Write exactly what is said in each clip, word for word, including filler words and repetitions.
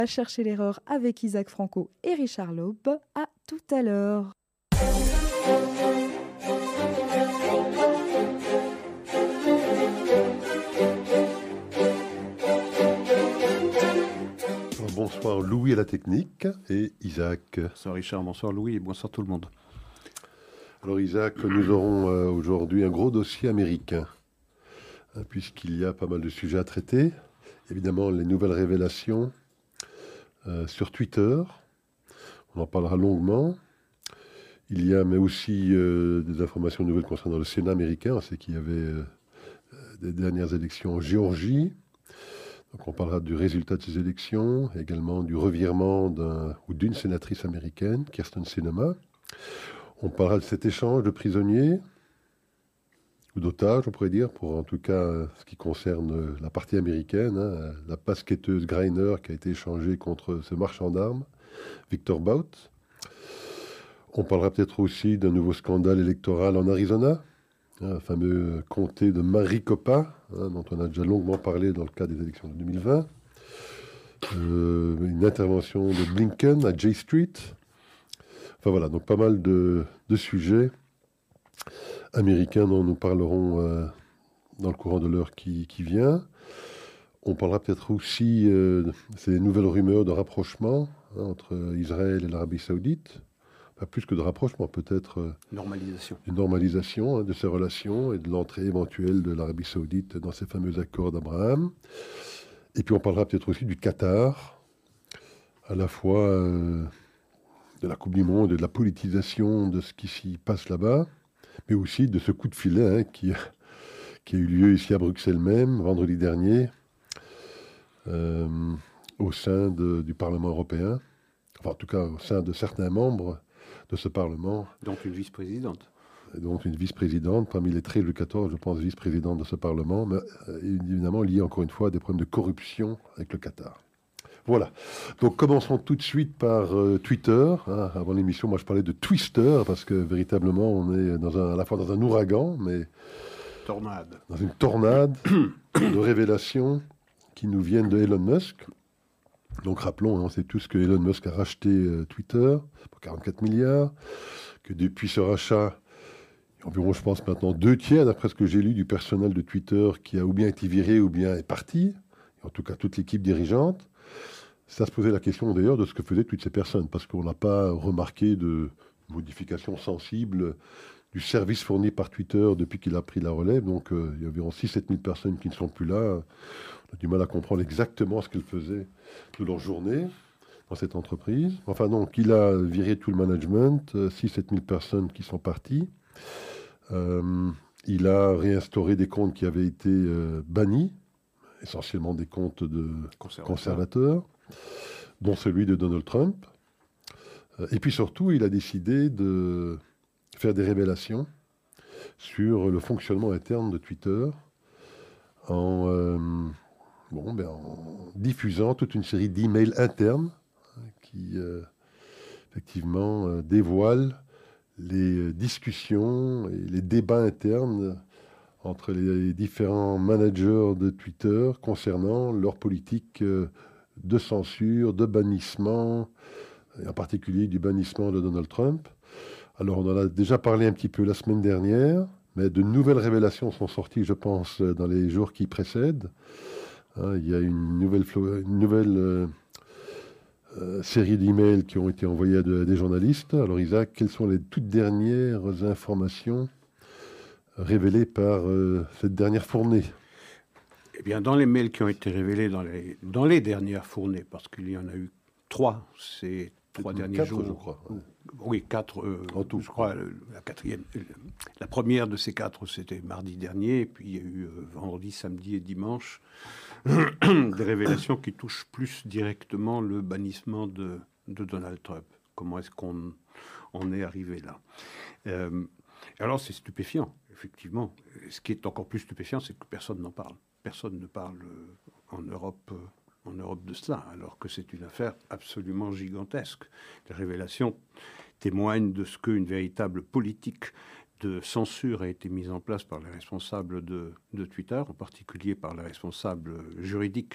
À chercher l'erreur avec Isaac Franco et Richard Laube. À tout à l'heure. Bonsoir Louis à la technique et Isaac. Bonsoir Richard, bonsoir Louis et bonsoir tout le monde. Alors Isaac, nous aurons euh, aujourd'hui un gros dossier américain, hein, puisqu'il y a pas mal de sujets à traiter. Évidemment, les nouvelles révélations euh, sur Twitter, on en parlera longuement. Il y a mais aussi euh, des informations nouvelles concernant le Sénat américain. On sait qu'il y avait euh, des dernières élections en Géorgie. Donc on parlera du résultat de ces élections, également du revirement d'un ou d'une sénatrice américaine, Kyrsten Sinema. On parlera de cet échange de prisonniers, ou d'otages, on pourrait dire, pour en tout cas ce qui concerne la partie américaine, hein, la basketteuse Greiner qui a été échangée contre ce marchand d'armes, Victor Bout. On parlera peut-être aussi d'un nouveau scandale électoral en Arizona, un fameux comté de Maricopa, hein, dont on a déjà longuement parlé dans le cadre des élections de deux mille vingt. Euh, une intervention de Blinken à J Street. Enfin voilà, donc pas mal de, de sujets américains dont nous parlerons euh, dans le courant de l'heure qui, qui vient. On parlera peut-être aussi euh, de ces nouvelles rumeurs de rapprochement, hein, entre Israël et l'Arabie Saoudite. Plus que de rapprochement, peut-être euh, normalisation. une normalisation hein, de ces relations et de l'entrée éventuelle de l'Arabie Saoudite dans ces fameux accords d'Abraham. Et puis on parlera peut-être aussi du Qatar, à la fois euh, de la Coupe du Monde et de la politisation de ce qui s'y passe là-bas, mais aussi de ce coup de filet hein, qui, a, qui a eu lieu ici à Bruxelles même, vendredi dernier, euh, au sein de, du Parlement européen, enfin en tout cas au sein de certains membres de ce Parlement. Donc une vice-présidente. Donc une vice-présidente, parmi les treize ou quatorze, je pense, vice-présidentes de ce Parlement, mais euh, évidemment liées encore une fois à des problèmes de corruption avec le Qatar. Voilà. Donc commençons tout de suite par euh, Twitter. Hein. Avant l'émission, moi je parlais de Twister, parce que véritablement on est dans un, à la fois dans un ouragan, mais tornade. Dans une tornade de révélations qui nous viennent de Elon Musk. Donc rappelons, hein, on sait tous que Elon Musk a racheté euh, Twitter pour quarante-quatre milliards, que depuis ce rachat, il y a environ, je pense maintenant, deux tiers, d'après ce que j'ai lu, du personnel de Twitter qui a ou bien été viré ou bien est parti, et en tout cas toute l'équipe dirigeante. Ça se posait la question d'ailleurs de ce que faisaient toutes ces personnes, parce qu'on n'a pas remarqué de modifications sensibles du service fourni par Twitter depuis qu'il a pris la relève. Donc euh, il y a environ six à sept mille personnes qui ne sont plus là. On a du mal à comprendre exactement ce qu'elles faisaient de leur journée dans cette entreprise. Enfin donc, il a viré tout le management, euh, six à sept mille personnes qui sont parties. Euh, il a réinstauré des comptes qui avaient été euh, bannis, essentiellement des comptes de conservateurs, conservateurs dont celui de Donald Trump. Euh, et puis surtout, il a décidé de faire des révélations sur le fonctionnement interne de Twitter en, euh, bon, ben, en diffusant toute une série d'emails internes hein, qui euh, effectivement euh, dévoilent les discussions et les débats internes entre les différents managers de Twitter concernant leur politique euh, de censure, de bannissement, et en particulier du bannissement de Donald Trump. Alors, on en a déjà parlé un petit peu la semaine dernière, mais de nouvelles révélations sont sorties, je pense, dans les jours qui précèdent. Hein, il y a une nouvelle, une nouvelle euh, euh, série d'emails qui ont été envoyés à, de, à des journalistes. Alors, Isaac, quelles sont les toutes dernières informations révélées par euh, cette dernière fournée ? Eh bien, dans les mails qui ont été révélés dans les, dans les dernières fournées, parce qu'il y en a eu trois, c'est trois derniers quatre, jours. je crois. Ouais. Oui, quatre. Euh, en tout. Je crois, le, la quatrième. La première de ces quatre, c'était mardi dernier, et puis il y a eu euh, vendredi, samedi et dimanche des révélations qui touchent plus directement le bannissement de, de Donald Trump. Comment est-ce qu'on on est arrivé là euh, Alors, c'est stupéfiant, effectivement. Ce qui est encore plus stupéfiant, c'est que personne n'en parle. Personne ne parle euh, en Europe. Euh, en Europe de cela, alors que c'est une affaire absolument gigantesque. Les révélations témoignent de ce qu'une véritable politique de censure a été mise en place par les responsables de, de Twitter, en particulier par les responsables juridiques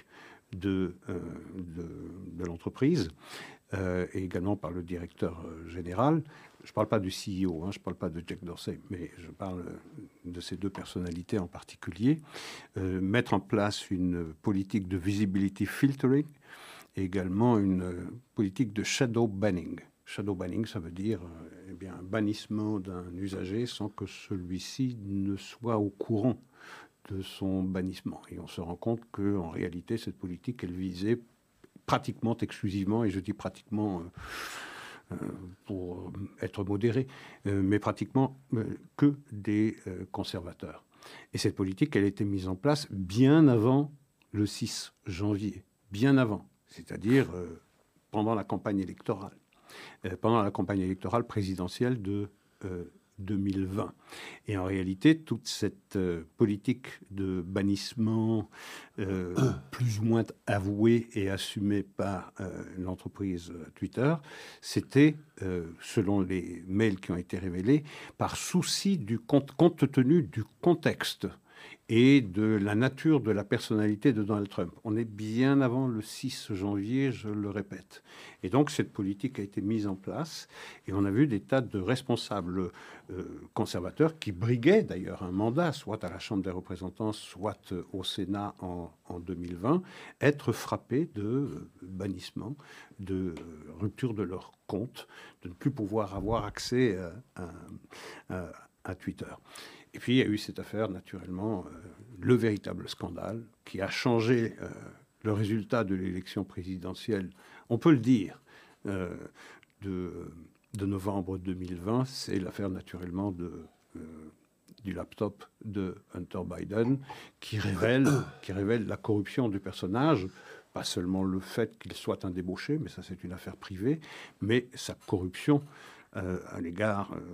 de, euh, de, de l'entreprise, euh, et également par le directeur euh, général. Je ne parle pas du C E O, hein, je ne parle pas de Jack Dorsey, mais je parle de ces deux personnalités en particulier. Euh, mettre en place une politique de visibility filtering et également une euh, politique de shadow banning. Shadow banning, ça veut dire euh, eh bien, un bannissement d'un usager sans que celui-ci ne soit au courant de son bannissement. Et on se rend compte qu'en réalité, cette politique, elle visait pratiquement exclusivement, et je dis pratiquement euh, euh, pour être modéré, euh, mais pratiquement euh, que des euh, conservateurs. Et cette politique, elle a été mise en place bien avant le six janvier, bien avant, c'est-à-dire euh, pendant la campagne électorale, euh, pendant la campagne électorale présidentielle de euh, deux mille vingt. Et en réalité, toute cette euh, politique de bannissement euh, plus ou moins avouée et assumée par euh, l'entreprise Twitter, c'était, euh, selon les mails qui ont été révélés, par souci du compte, compte tenu du contexte et de la nature de la personnalité de Donald Trump. On est bien avant le six janvier, je le répète. Et donc, cette politique a été mise en place et on a vu des tas de responsables euh, conservateurs qui briguaient d'ailleurs un mandat, soit à la Chambre des représentants, soit au Sénat en, en deux mille vingt, être frappés de euh, bannissement, de euh, rupture de leur compte, de ne plus pouvoir avoir accès à, à, à, à Twitter. Et puis, il y a eu cette affaire, naturellement, euh, le véritable scandale qui a changé euh, le résultat de l'élection présidentielle, on peut le dire, euh, de, de novembre deux mille vingt. C'est l'affaire, naturellement, de, euh, du laptop de Hunter Biden qui révèle, qui révèle la corruption du personnage. Pas seulement le fait qu'il soit un débauché, mais ça, c'est une affaire privée, mais sa corruption Euh, à l'égard euh,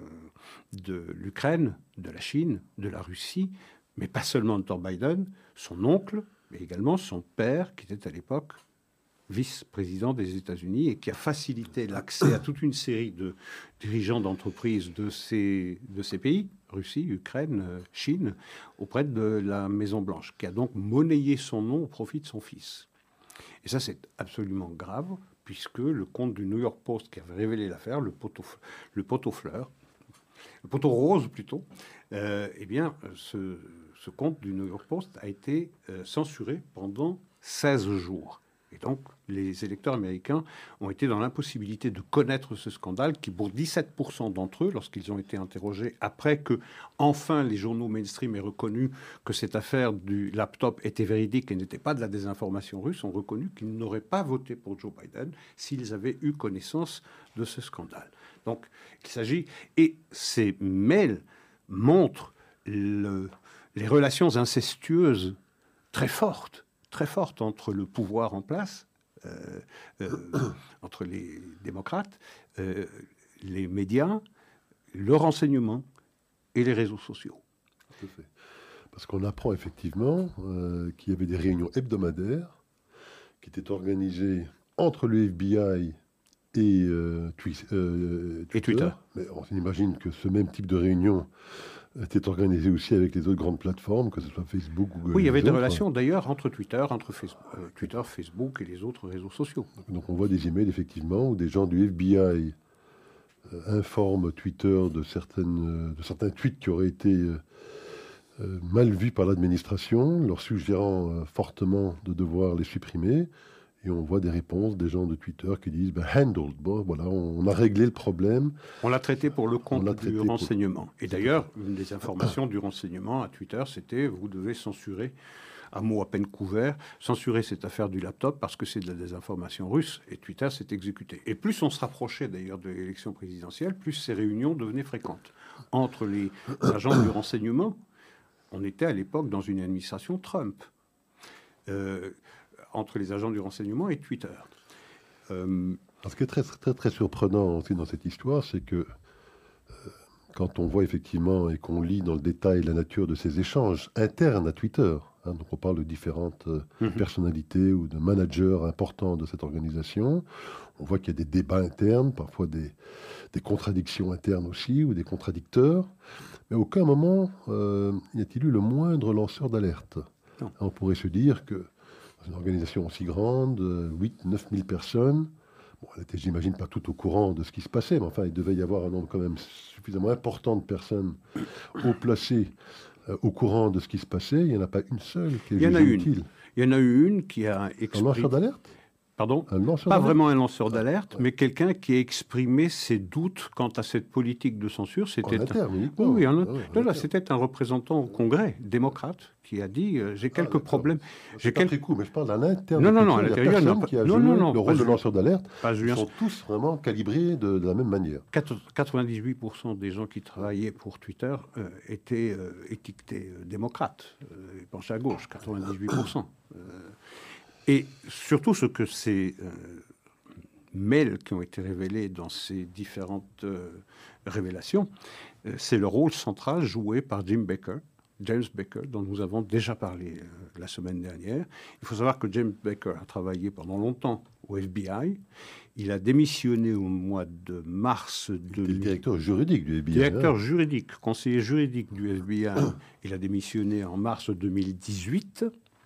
de l'Ukraine, de la Chine, de la Russie, mais pas seulement Hunter Biden, son oncle, mais également son père, qui était à l'époque vice-président des États-Unis et qui a facilité l'accès à toute une série de dirigeants d'entreprises de ces, de ces pays, Russie, Ukraine, Chine, auprès de la Maison-Blanche, qui a donc monnayé son nom au profit de son fils. Et ça, c'est absolument grave, puisque le compte du New York Post qui avait révélé l'affaire, le poteau, le poteau fleur, le poteau rose plutôt, euh, eh bien, ce, ce compte du New York Post a été euh, censuré pendant seize jours. Et donc, les électeurs américains ont été dans l'impossibilité de connaître ce scandale qui, pour dix-sept pour cent d'entre eux, lorsqu'ils ont été interrogés, après que, enfin, les journaux mainstream aient reconnu que cette affaire du laptop était véridique et n'était pas de la désinformation russe, ont reconnu qu'ils n'auraient pas voté pour Joe Biden s'ils avaient eu connaissance de ce scandale. Donc, il s'agit... Et ces mails montrent le, les relations incestueuses très fortes très forte entre le pouvoir en place, euh, euh, entre les démocrates, euh, les médias, le renseignement et les réseaux sociaux. Tout à fait. Parce qu'on apprend effectivement euh, qu'il y avait des réunions hebdomadaires qui étaient organisées entre le F B I et, euh, twi- euh, Twitter. Et Twitter. Mais on imagine que ce même type de réunion était organisé aussi avec les autres grandes plateformes, que ce soit Facebook, Google. Oui, il y avait des autres. relations d'ailleurs entre Twitter, entre Facebook, euh, Twitter, Facebook et les autres réseaux sociaux. Donc on voit des emails effectivement où des gens du F B I euh, informent Twitter de, certaines, euh, de certains tweets qui auraient été euh, euh, mal vus par l'administration, leur suggérant euh, fortement de devoir les supprimer. Et on voit des réponses des gens de Twitter qui disent ben, « handled ». Bon, voilà, on a réglé le problème. On l'a traité pour le compte du pour... renseignement. Et d'ailleurs, une des informations du renseignement à Twitter, c'était « vous devez censurer ». Un mot à peine couvert, censurer cette affaire du laptop parce que c'est de la désinformation russe et Twitter s'est exécuté. Et plus on se rapprochait d'ailleurs de l'élection présidentielle, plus ces réunions devenaient fréquentes. Entre les agents du renseignement, on était à l'époque dans une administration Trump, euh, entre les agents du renseignement et Twitter. Euh... Ce qui est très, très, très surprenant aussi dans cette histoire, c'est que euh, quand on voit effectivement et qu'on lit dans le détail la nature de ces échanges internes à Twitter, hein, donc on parle de différentes euh, mm-hmm. personnalités ou de managers importants de cette organisation, on voit qu'il y a des débats internes, parfois des, des contradictions internes aussi, ou des contradicteurs, mais à aucun moment euh, n'y a-t-il eu le moindre lanceur d'alerte. On pourrait se dire que dans une organisation aussi grande, huit neuf mille personnes. Bon, elle était, j'imagine, pas tout au courant de ce qui se passait, mais enfin, il devait y avoir un nombre quand même suffisamment important de personnes haut placées euh, au courant de ce qui se passait. Il n'y en a pas une seule qui est Il y en a jugée une. utile. Il y en a eu une qui a Un exprimé... lanceur d'alerte? Pardon? Un lanceur Pas d'alerte vraiment un lanceur d'alerte, ouais. mais quelqu'un qui a exprimé ses doutes quant à cette politique de censure. C'était En interne, uniquement. Oui, en... Ah ouais, en non, là, interne. c'était un représentant au Congrès, démocrate, qui a dit euh, j'ai Ah, quelques d'accord. problèmes. C'est J'ai pas quel- très cool, mais je parle à l'interne. Non, de non, non, Twitter. à Il y a l'intérieur, personne non, qui a non, joué non, non, le pas rôle de Julien. lanceur d'alerte. Pas Ils Julien. sont tous vraiment calibrés de, de la même manière. quatre-vingt-dix-huit pour cent des gens qui travaillaient pour Twitter euh, étaient euh, étiquetés euh, démocrates, euh, et penchaient à gauche, quatre-vingt-dix-huit pour cent. Euh, et surtout ce que ces euh, mails qui ont été révélés dans ces différentes euh, révélations, euh, c'est le rôle central joué par Jim Baker, James Baker, dont nous avons déjà parlé euh, la semaine dernière. Il faut savoir que James Baker a travaillé pendant longtemps au F B I. Il a démissionné au mois de mars Il était le deux mille. directeur juridique du F B I. Directeur hein. juridique, conseiller juridique du F B I. Il a démissionné en mars deux mille dix-huit.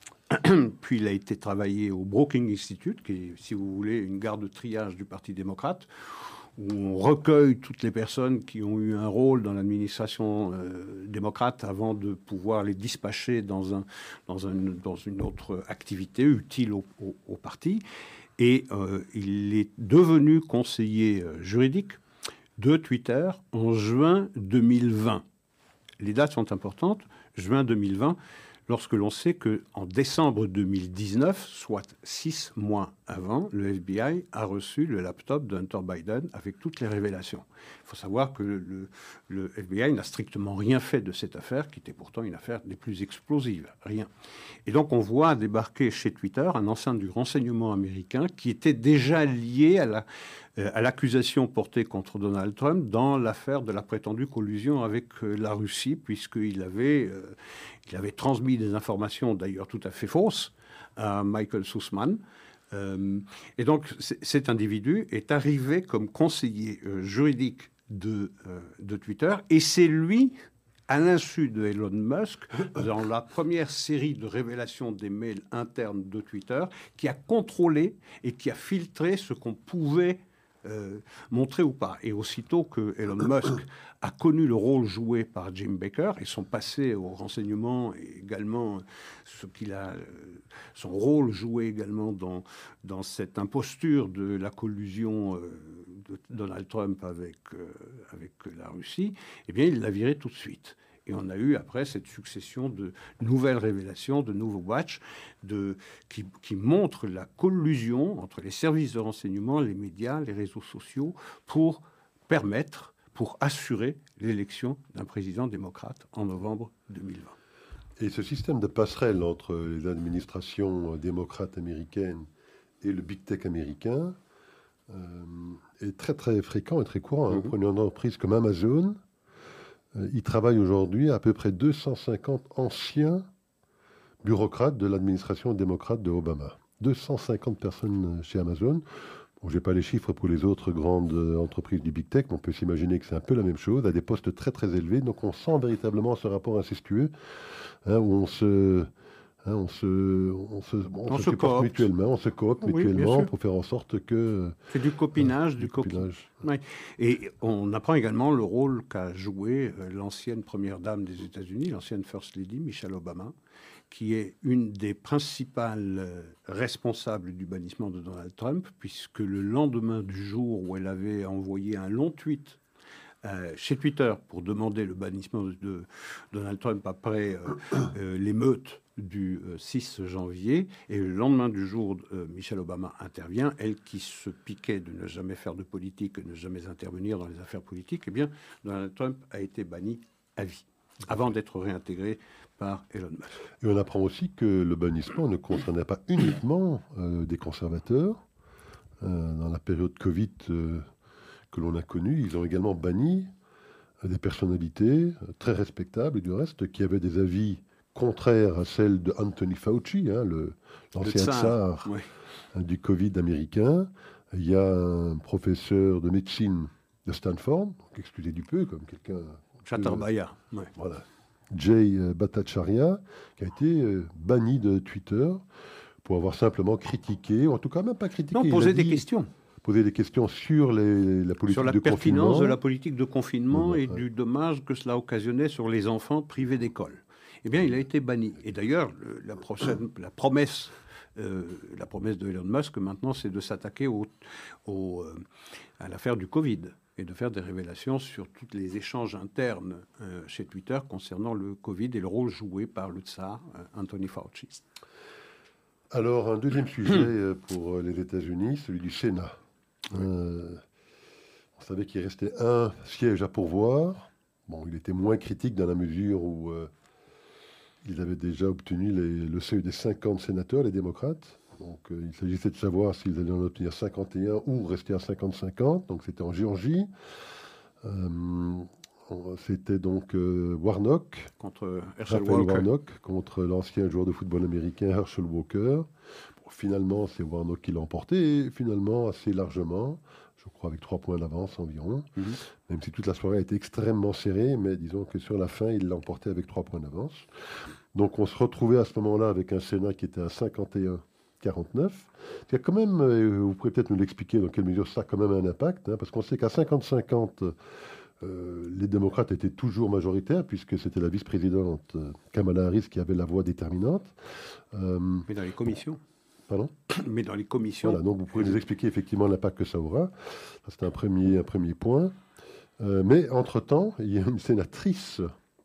Puis il a été travaillé au Brookings Institute, qui est, si vous voulez, une gare de triage du Parti démocrate, où on recueille toutes les personnes qui ont eu un rôle dans l'administration euh, démocrate avant de pouvoir les dispatcher dans, un, dans, un, dans une autre activité utile au, au, au parti. Et euh, il est devenu conseiller euh, juridique de Twitter en juin deux mille vingt. Les dates sont importantes. Juin deux mille vingt, lorsque l'on sait qu'en décembre deux mille dix-neuf, soit six mois avant, le F B I a reçu le laptop de Hunter Biden avec toutes les révélations. Il faut savoir que le, le F B I n'a strictement rien fait de cette affaire, qui était pourtant une affaire des plus explosives. Rien. Et donc on voit débarquer chez Twitter un ancien du renseignement américain qui était déjà lié à la, euh, à l'accusation portée contre Donald Trump dans l'affaire de la prétendue collusion avec euh, la Russie, puisqu'il avait, euh, il avait transmis des informations d'ailleurs tout à fait fausses à Michael Sussman. Euh, et donc c- cet individu est arrivé comme conseiller euh, juridique de, euh, de Twitter, et c'est lui, à l'insu de Elon Musk, dans la première série de révélations des mails internes de Twitter, qui a contrôlé et qui a filtré ce qu'on pouvait euh, montrer ou pas. Et aussitôt que Elon Musk a connu le rôle joué par Jim Baker et son passé au renseignement, et également ce qu'il a, euh, son rôle joué également dans, dans cette imposture de la collusion euh, de Donald Trump avec, euh, avec la Russie, eh bien, il l'a viré tout de suite. Et on a eu après cette succession de nouvelles révélations, de nouveaux watchs, de, qui, qui montrent la collusion entre les services de renseignement, les médias, les réseaux sociaux, pour permettre, pour assurer l'élection d'un président démocrate en novembre deux mille vingt. Et ce système de passerelle entre les administrations démocrates américaines et le big tech américain euh, est très très fréquent et très courant. Hein. Mm-hmm. Prenez une entreprise comme Amazon. Il travaille aujourd'hui à peu près deux cent cinquante anciens bureaucrates de l'administration démocrate de Obama. deux cent cinquante personnes chez Amazon. Bon, je n'ai pas les chiffres pour les autres grandes entreprises du Big Tech, mais on peut s'imaginer que c'est un peu la même chose, à des postes très très élevés. Donc on sent véritablement ce rapport incestueux, hein, où on se... Hein, on se, on se, bon, On on se se supporte coopte. mutuellement, on se coopte Oui, bien mutuellement sûr. pour faire en sorte que... C'est du copinage, euh, du copinage. copinage. Oui. Et on apprend également le rôle qu'a joué euh, l'ancienne première dame des États-Unis, l'ancienne First Lady, Michelle Obama, qui est une des principales euh, responsables du bannissement de Donald Trump, puisque le lendemain du jour où elle avait envoyé un long tweet euh, chez Twitter pour demander le bannissement de, de Donald Trump après euh, euh, l'émeute du euh, six janvier, et le lendemain du jour, euh, Michelle Obama intervient, elle qui se piquait de ne jamais faire de politique, de ne jamais intervenir dans les affaires politiques, eh bien, Donald Trump a été banni à vie, avant d'être réintégré par Elon Musk. Et on apprend aussi que le bannissement ne concernait pas uniquement euh, des conservateurs. Euh, dans la période Covid euh, que l'on a connue, ils ont également banni euh, des personnalités euh, très respectables et du reste qui avaient des avis contraires à celles de Anthony Fauci, hein, le, l'ancien Le tsar, tsar oui. hein, du Covid américain. Il y a un professeur de médecine de Stanford, donc excusez du peu, comme quelqu'un... Chatterbaya, oui. Voilà. Jay Bhattacharya, qui a été euh, banni de Twitter pour avoir simplement critiqué, ou en tout cas même pas critiqué. Non, poser des dit, questions. Poser des questions sur les, la politique sur la de pertinence confinement. de la politique de confinement ouais, et ouais. du dommage que cela occasionnait sur les enfants privés d'école. Eh bien, il a été banni. Et d'ailleurs, la, prochaine, la promesse, euh, la promesse de Elon Musk maintenant, c'est de s'attaquer au, au, euh, à l'affaire du Covid et de faire des révélations sur tous les échanges internes euh, chez Twitter concernant le Covid et le rôle joué par le tsar euh, Anthony Fauci. Alors, un deuxième sujet pour les États-Unis, celui du Sénat. Oui. Euh, on savait qu'il restait un siège à pourvoir. Bon, il était moins critique dans la mesure où euh, ils avaient déjà obtenu les, le seuil des cinquante sénateurs, les démocrates. Donc, euh, il s'agissait de savoir s'ils allaient en obtenir cinquante et un ou rester à cinquante cinquante. Donc, c'était en Géorgie. Euh, C'était donc euh, Warnock, contre Herschel Raphaël Walker. Warnock, contre l'ancien joueur de football américain Herschel Walker. Bon, finalement, c'est Warnock qui l'a emporté, et finalement assez largement, je crois avec trois points d'avance environ, mm-hmm. même si toute la soirée a été extrêmement serrée, mais disons que sur la fin, il l'a emporté avec trois points d'avance. Donc on se retrouvait à ce moment-là avec un Sénat qui était à cinquante et un à quarante-neuf. Il y a quand même, vous pourrez peut-être nous l'expliquer dans quelle mesure ça a quand même un impact, hein, parce qu'on sait qu'à cinquante cinquante, Euh, les démocrates étaient toujours majoritaires puisque c'était la vice-présidente euh, Kamala Harris qui avait la voix déterminante. Euh, Mais dans les commissions. Pardon ? Mais dans les commissions. Voilà, donc vous pouvez nous expliquer effectivement l'impact que ça aura. C'est un premier, un premier point. Euh, mais entre-temps, il y a une sénatrice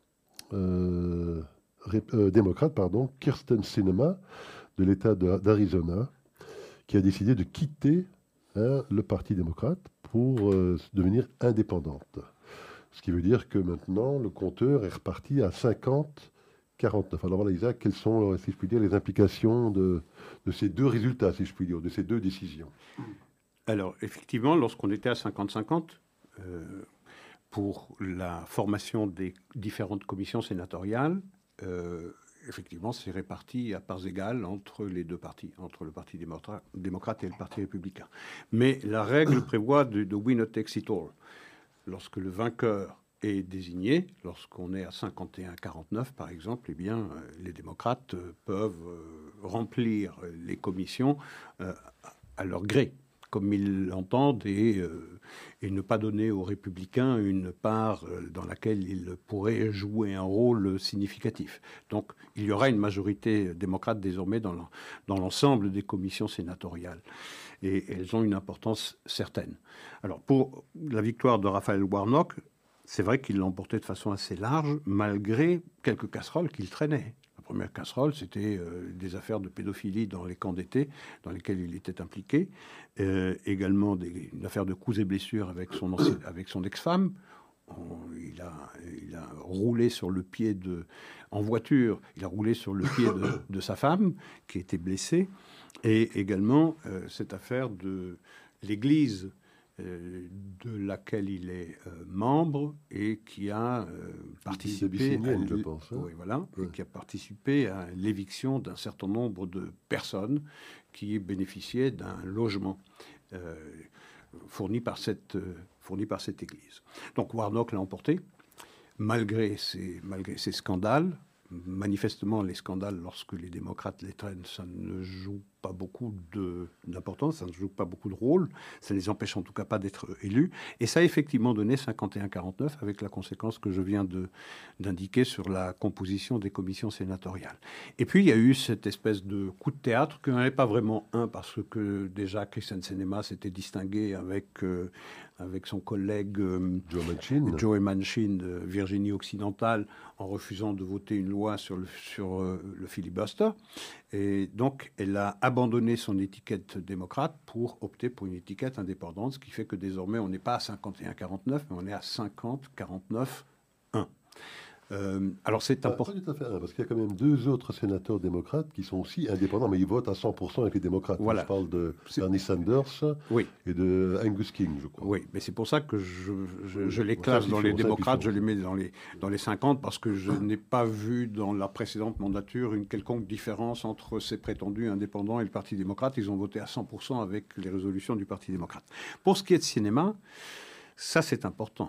euh, ré, euh, démocrate, pardon, Kyrsten Sinema, de l'État de, d'Arizona, qui a décidé de quitter hein, le Parti démocrate pour euh, devenir indépendante. Ce qui veut dire que maintenant, le compteur est reparti à cinquante à quarante-neuf. Alors voilà, Isaac, quelles sont, si je puis dire, les implications de, de ces deux résultats, si je puis dire, de ces deux décisions ? Alors, effectivement, lorsqu'on était à cinquante cinquante, euh, pour la formation des différentes commissions sénatoriales, euh, effectivement, c'est réparti à parts égales entre les deux partis, entre le Parti démocrate, démocrate et le Parti républicain. Mais la règle prévoit de, de winner takes it all. Lorsque le vainqueur est désigné, lorsqu'on est à cinquante et un à quarante-neuf, par exemple, eh bien, les démocrates peuvent remplir les commissions à leur gré, comme ils l'entendent, et, euh, et ne pas donner aux républicains une part euh, dans laquelle ils pourraient jouer un rôle significatif. Donc, il y aura une majorité démocrate désormais dans, le, dans l'ensemble des commissions sénatoriales. Et elles ont une importance certaine. Alors, pour la victoire de Raphaël Warnock, c'est vrai qu'il l'a emporté de façon assez large, malgré quelques casseroles qu'il traînait. La première casserole, c'était euh, des affaires de pédophilie dans les camps d'été, dans lesquels il était impliqué. Euh, également des, une affaire de coups et blessures avec son, ancien, avec son ex-femme. On, il, a, il a roulé sur le pied de... En voiture, il a roulé sur le pied de, de sa femme, qui était blessée. Et également, euh, cette affaire de l'église euh, de laquelle il est euh, membre et qui a euh, participé à, je pense, hein. oui, voilà, ouais. et qui a participé à l'éviction d'un certain nombre de personnes qui bénéficiaient d'un logement euh, fourni par cette, euh, fourni par cette église. Donc Warnock l'a emporté, malgré ces, malgré ces scandales. Manifestement, les scandales, lorsque les démocrates les traînent, ça ne joue pas beaucoup de, d'importance, ça ne joue pas beaucoup de rôle, ça ne les empêche en tout cas pas d'être élus. Et ça a effectivement donné cinquante et un à quarante-neuf, avec la conséquence que je viens de, d'indiquer sur la composition des commissions sénatoriales. Et puis, il y a eu cette espèce de coup de théâtre, qui n'en est pas vraiment un, parce que déjà, Kyrsten Sinema s'était distingué avec, euh, avec son collègue euh, Joe Manchin. Joe Manchin de Virginie occidentale, en refusant de voter une loi sur le, sur, euh, le filibuster. Et donc, elle a abandonné son étiquette démocrate pour opter pour une étiquette indépendante, ce qui fait que désormais, on n'est pas à cinquante et un à quarante-neuf, mais on est à cinquante à quarante-neuf à un. Euh, alors, c'est important. Pas tout à fait, parce qu'il y a quand même deux autres sénateurs démocrates qui sont aussi indépendants, mais ils votent à cent pour cent avec les démocrates. Voilà. Je parle de c'est... Bernie Sanders oui. et de Angus King, je crois. Oui, mais c'est pour ça que je, je, je les classe dans les démocrates, je les mets dans les, dans les cinquante, parce que je n'ai pas vu dans la précédente mandature une quelconque différence entre ces prétendus indépendants et le Parti démocrate. Ils ont voté à cent pour cent avec les résolutions du Parti démocrate. Pour ce qui est de cinéma, ça c'est important.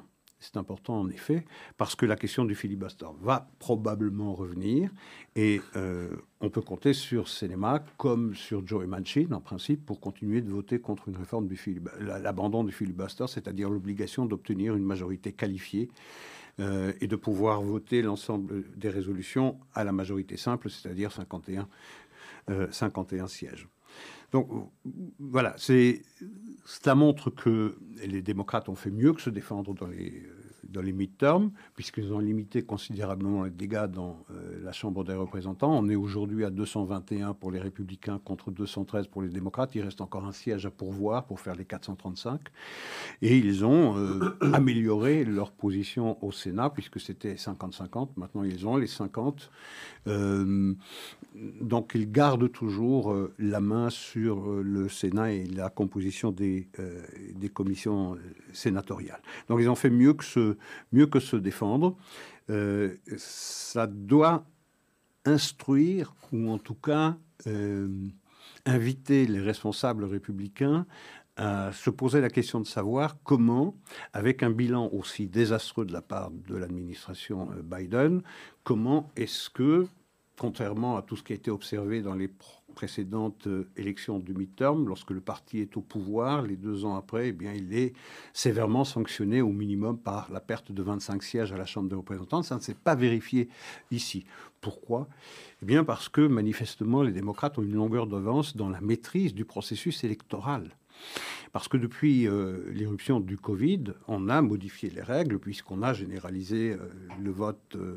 C'est important en effet, parce que la question du filibuster va probablement revenir et euh, on peut compter sur Sinema comme sur Joe Manchin, en principe, pour continuer de voter contre une réforme du filibuster, l'abandon du filibuster, c'est-à-dire l'obligation d'obtenir une majorité qualifiée euh, et de pouvoir voter l'ensemble des résolutions à la majorité simple, c'est-à-dire cinquante et un, euh, cinquante et un sièges. Donc voilà, c'est, cela montre que les démocrates ont fait mieux que se défendre dans les, dans les midterms, puisqu'ils ont limité considérablement les dégâts dans euh, la Chambre des représentants. On est aujourd'hui à deux cent vingt et un pour les républicains contre deux cent treize pour les démocrates. Il reste encore un siège à pourvoir pour faire les quatre cent trente-cinq. Et ils ont euh, amélioré leur position au Sénat, puisque c'était cinquante cinquante. Maintenant, ils ont les cinquante. Euh, donc, ils gardent toujours euh, la main sur sur le Sénat et la composition des, euh, des commissions sénatoriales. Donc ils ont fait mieux que se, mieux que se défendre. Euh, ça doit instruire, ou en tout cas euh, inviter les responsables républicains à se poser la question de savoir comment, avec un bilan aussi désastreux de la part de l'administration Biden, comment est-ce que, contrairement à tout ce qui a été observé dans les précédentes élections du midterm, lorsque le parti est au pouvoir, les deux ans après, eh bien, il est sévèrement sanctionné au minimum par la perte de vingt-cinq sièges à la Chambre des représentants. Ça ne s'est pas vérifié ici. Pourquoi ? Eh bien, parce que manifestement, les démocrates ont une longueur d'avance dans la maîtrise du processus électoral. Parce que depuis euh, l'éruption du Covid, on a modifié les règles puisqu'on a généralisé euh, le vote euh,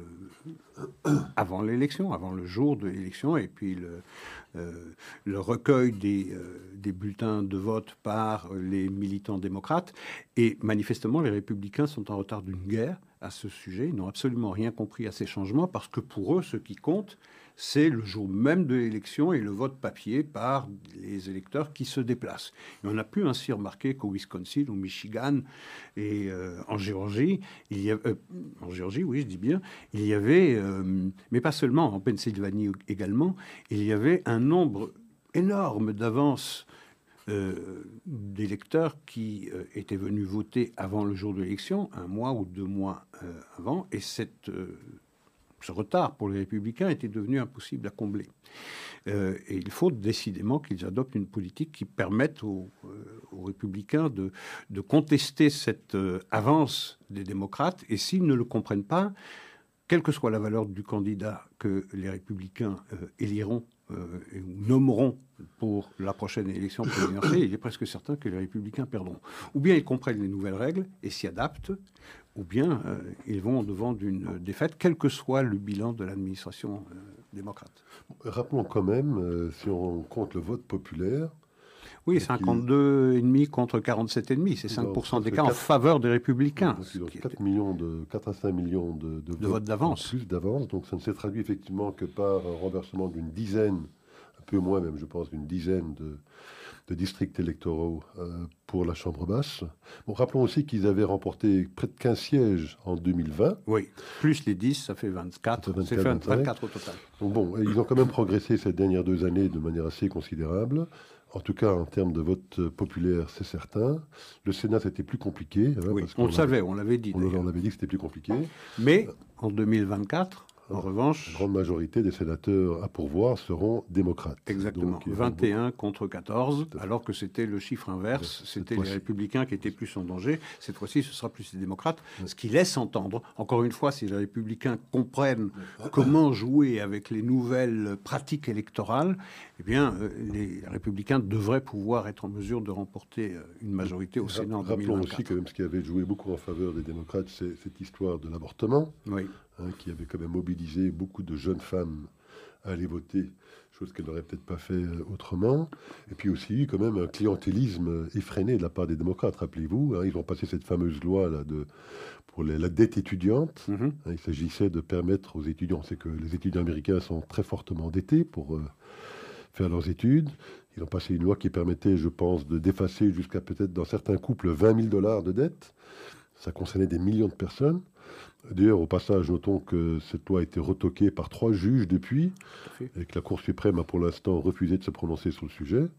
avant l'élection, avant le jour de l'élection, et puis le, euh, le recueil des, euh, des bulletins de vote par les militants démocrates. Et manifestement, les républicains sont en retard d'une guerre à ce sujet. Ils n'ont absolument rien compris à ces changements parce que pour eux, ce qui compte, c'est le jour même de l'élection et le vote papier par les électeurs qui se déplacent. Et on a pu ainsi remarquer qu'au Wisconsin, au Michigan et euh, en Géorgie, il y a, euh, en Géorgie, oui, je dis bien, il y avait, euh, mais pas seulement, en Pennsylvanie également, il y avait un nombre énorme d'avances euh, d'électeurs qui euh, étaient venus voter avant le jour de l'élection, un mois ou deux mois euh, avant, et cette euh, ce retard pour les républicains était devenu impossible à combler. Euh, et il faut décidément qu'ils adoptent une politique qui permette aux, euh, aux républicains de, de contester cette euh, avance des démocrates. Et s'ils ne le comprennent pas, quelle que soit la valeur du candidat que les républicains euh, éliront euh, et nommeront pour la prochaine élection présidentielle, il est presque certain que les républicains perdront. Ou bien ils comprennent les nouvelles règles et s'y adaptent, ou bien euh, ils vont devant d'une défaite, quel que soit le bilan de l'administration euh, démocrate. Rappelons quand même, euh, si on compte le vote populaire... Oui, cinquante-deux virgule cinq contre quarante-sept virgule cinq, c'est cinq pour cent d'écart en faveur des républicains. Donc, quatre, millions de, quatre à cinq millions de, de, de votes d'avance. Plus d'avance, donc ça ne s'est traduit effectivement que par un renversement d'une dizaine, un peu moins même, je pense, d'une dizaine de, de districts électoraux euh, pour la Chambre basse. Bon, rappelons aussi qu'ils avaient remporté près de quinze sièges en deux mille vingt. Oui, plus les dix, ça fait vingt-quatre. Ça fait vingt-quatre, vingt-quatre au total. Donc bon, ils ont quand même progressé ces dernières deux années de manière assez considérable. En tout cas, en termes de vote populaire, c'est certain. Le Sénat, c'était plus compliqué. Hein, oui, parce on le savait, on l'avait dit. On, on avait dit que c'était plus compliqué. Mais en deux mille vingt-quatre, en revanche... La grande majorité des sénateurs à pourvoir seront démocrates. Exactement. Donc, vingt et un contre quatorze, alors que c'était le chiffre inverse. Ouais, c'était les républicains qui étaient plus en danger. Cette fois-ci, ce sera plus les démocrates. Ouais. Ce qui laisse entendre, encore une fois, si les républicains comprennent ouais. comment jouer avec les nouvelles pratiques électorales, eh bien, euh, les républicains devraient pouvoir être en mesure de remporter euh, une majorité au Sénat en deux mille vingt-quatre. Rappelons aussi que même ce qui avait joué beaucoup en faveur des démocrates, c'est cette histoire de l'avortement. Oui. Hein, qui avait quand même mobilisé beaucoup de jeunes femmes à aller voter, chose qu'elles n'auraient peut-être pas fait autrement. Et puis aussi, quand même, un clientélisme effréné de la part des démocrates. Rappelez-vous, hein, ils ont passé cette fameuse loi là, de, pour les, la dette étudiante. Mm-hmm. Hein, il s'agissait de permettre aux étudiants, c'est que les étudiants américains sont très fortement endettés pour euh, faire leurs études. Ils ont passé une loi qui permettait, je pense, de d'effacer jusqu'à peut-être dans certains couples vingt mille dollars de dette. Ça concernait des millions de personnes. D'ailleurs, au passage, notons que cette loi a été retoquée par trois juges depuis, et que la Cour suprême a pour l'instant refusé de se prononcer sur le sujet.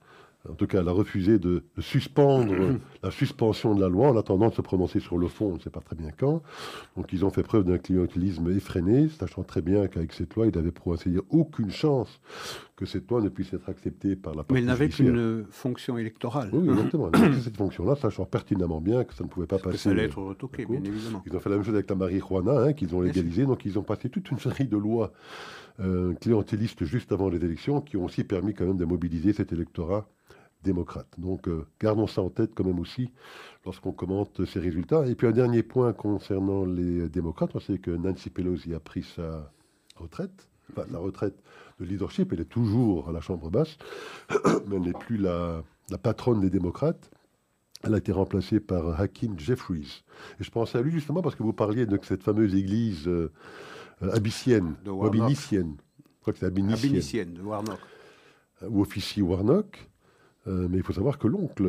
en tout cas, elle a refusé de, de suspendre la suspension de la loi en attendant de se prononcer sur le fond, on ne sait pas très bien quand. Donc ils ont fait preuve d'un clientélisme effréné, sachant très bien qu'avec cette loi, il n'avait pour ainsi dire aucune chance que cette loi ne puisse être acceptée par la partie Mais elle n'avait judiciaire. qu'une fonction électorale. Oui, exactement. Elle avait cette fonction-là, sachant pertinemment bien que ça ne pouvait pas Parce passer. que ça allait être retoqué, bien évidemment. Ils ont fait la même chose avec la marijuana, hein, qu'ils ont légalisée. Donc ils ont passé toute une série de lois euh, clientélistes juste avant les élections qui ont aussi permis quand même de mobiliser cet électorat démocrate. Donc euh, gardons ça en tête quand même aussi lorsqu'on commente ces résultats. Et puis un dernier point concernant les démocrates, on sait que Nancy Pelosi a pris sa retraite. Enfin, la retraite de leadership, elle est toujours à la Chambre basse, mais elle n'est plus la, la patronne des démocrates. Elle a été remplacée par Hakeem Jeffries. Et je pense à lui justement parce que vous parliez de cette fameuse église euh, abyssienne, ou abinicienne. Je crois que c'est abinicienne. Abinicienne, de Warnock. Ou officie Warnock. Euh, mais il faut savoir que l'oncle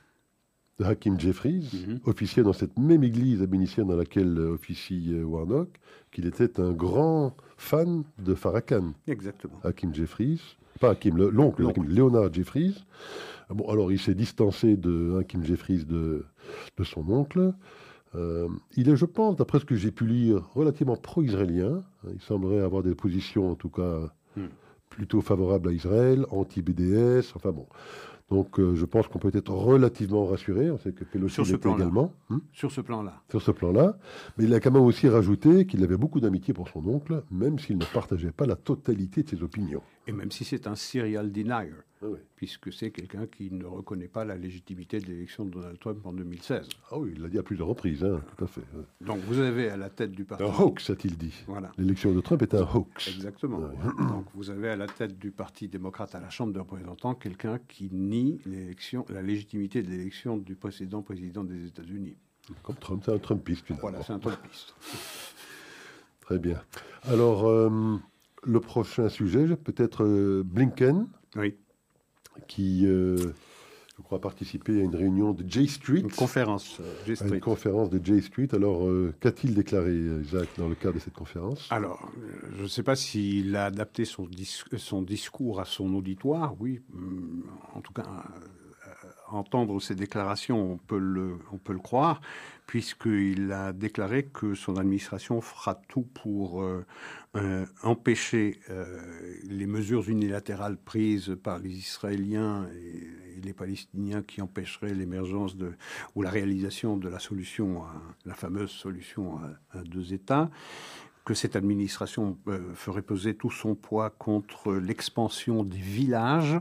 de Hakeem Jeffries mm-hmm. officiait dans cette même église abinicienne dans laquelle officie Warnock, qu'il était un grand fan de Farrakhan. Exactement. Hakeem Jeffries, pas Hakeem, le, l'oncle, l'oncle. Hakeem, Leonard Jeffries. Bon, alors il s'est distancé de Hakeem Jeffries de, de son oncle. Euh, il est, je pense, d'après ce que j'ai pu lire, relativement pro-israélien. Il semblerait avoir des positions, en tout cas, mm. plutôt favorables à Israël, anti-B D S, enfin bon. Donc, euh, je pense qu'on peut être relativement rassuré. On sait que Pelosi l'était également. Hum Sur ce plan-là. Sur ce plan-là. Mais il a quand même aussi rajouté qu'il avait beaucoup d'amitié pour son oncle, même s'il ne partageait pas la totalité de ses opinions. Et même si c'est un serial denier, ah oui. puisque c'est quelqu'un qui ne reconnaît pas la légitimité de l'élection de Donald Trump en deux mille seize. Ah oui, il l'a dit à plusieurs reprises, hein, tout à fait. Donc, vous avez à la tête du parti... Un hoax, a-t-il dit. Voilà. L'élection de Trump est un hoax. Exactement. Ouais. Donc, vous avez à la tête du Parti démocrate à la Chambre des représentants quelqu'un qui nie l'élection, la légitimité de l'élection du précédent président des États-Unis. Comme Trump, c'est un Trumpiste, finalement. Voilà, c'est un Trumpiste. Très bien. Alors, euh, le prochain sujet, peut-être euh, Blinken. Oui. Qui, euh, je crois, a participé à une réunion de J Street. Une conférence euh, J Street. Une conférence de J Street. Alors, euh, qu'a-t-il déclaré, Jacques, dans le cadre de cette conférence? Alors, je ne sais pas s'il a adapté son, dis- son discours à son auditoire. Oui, en tout cas, euh, entendre ses déclarations, on peut le, on peut le croire, puisqu'il a déclaré que son administration fera tout pour euh, euh, empêcher euh, les mesures unilatérales prises par les Israéliens et, et les Palestiniens qui empêcheraient l'émergence de, ou la réalisation de la solution, à, la fameuse solution à, à deux États, que cette administration euh, ferait peser tout son poids contre l'expansion des villages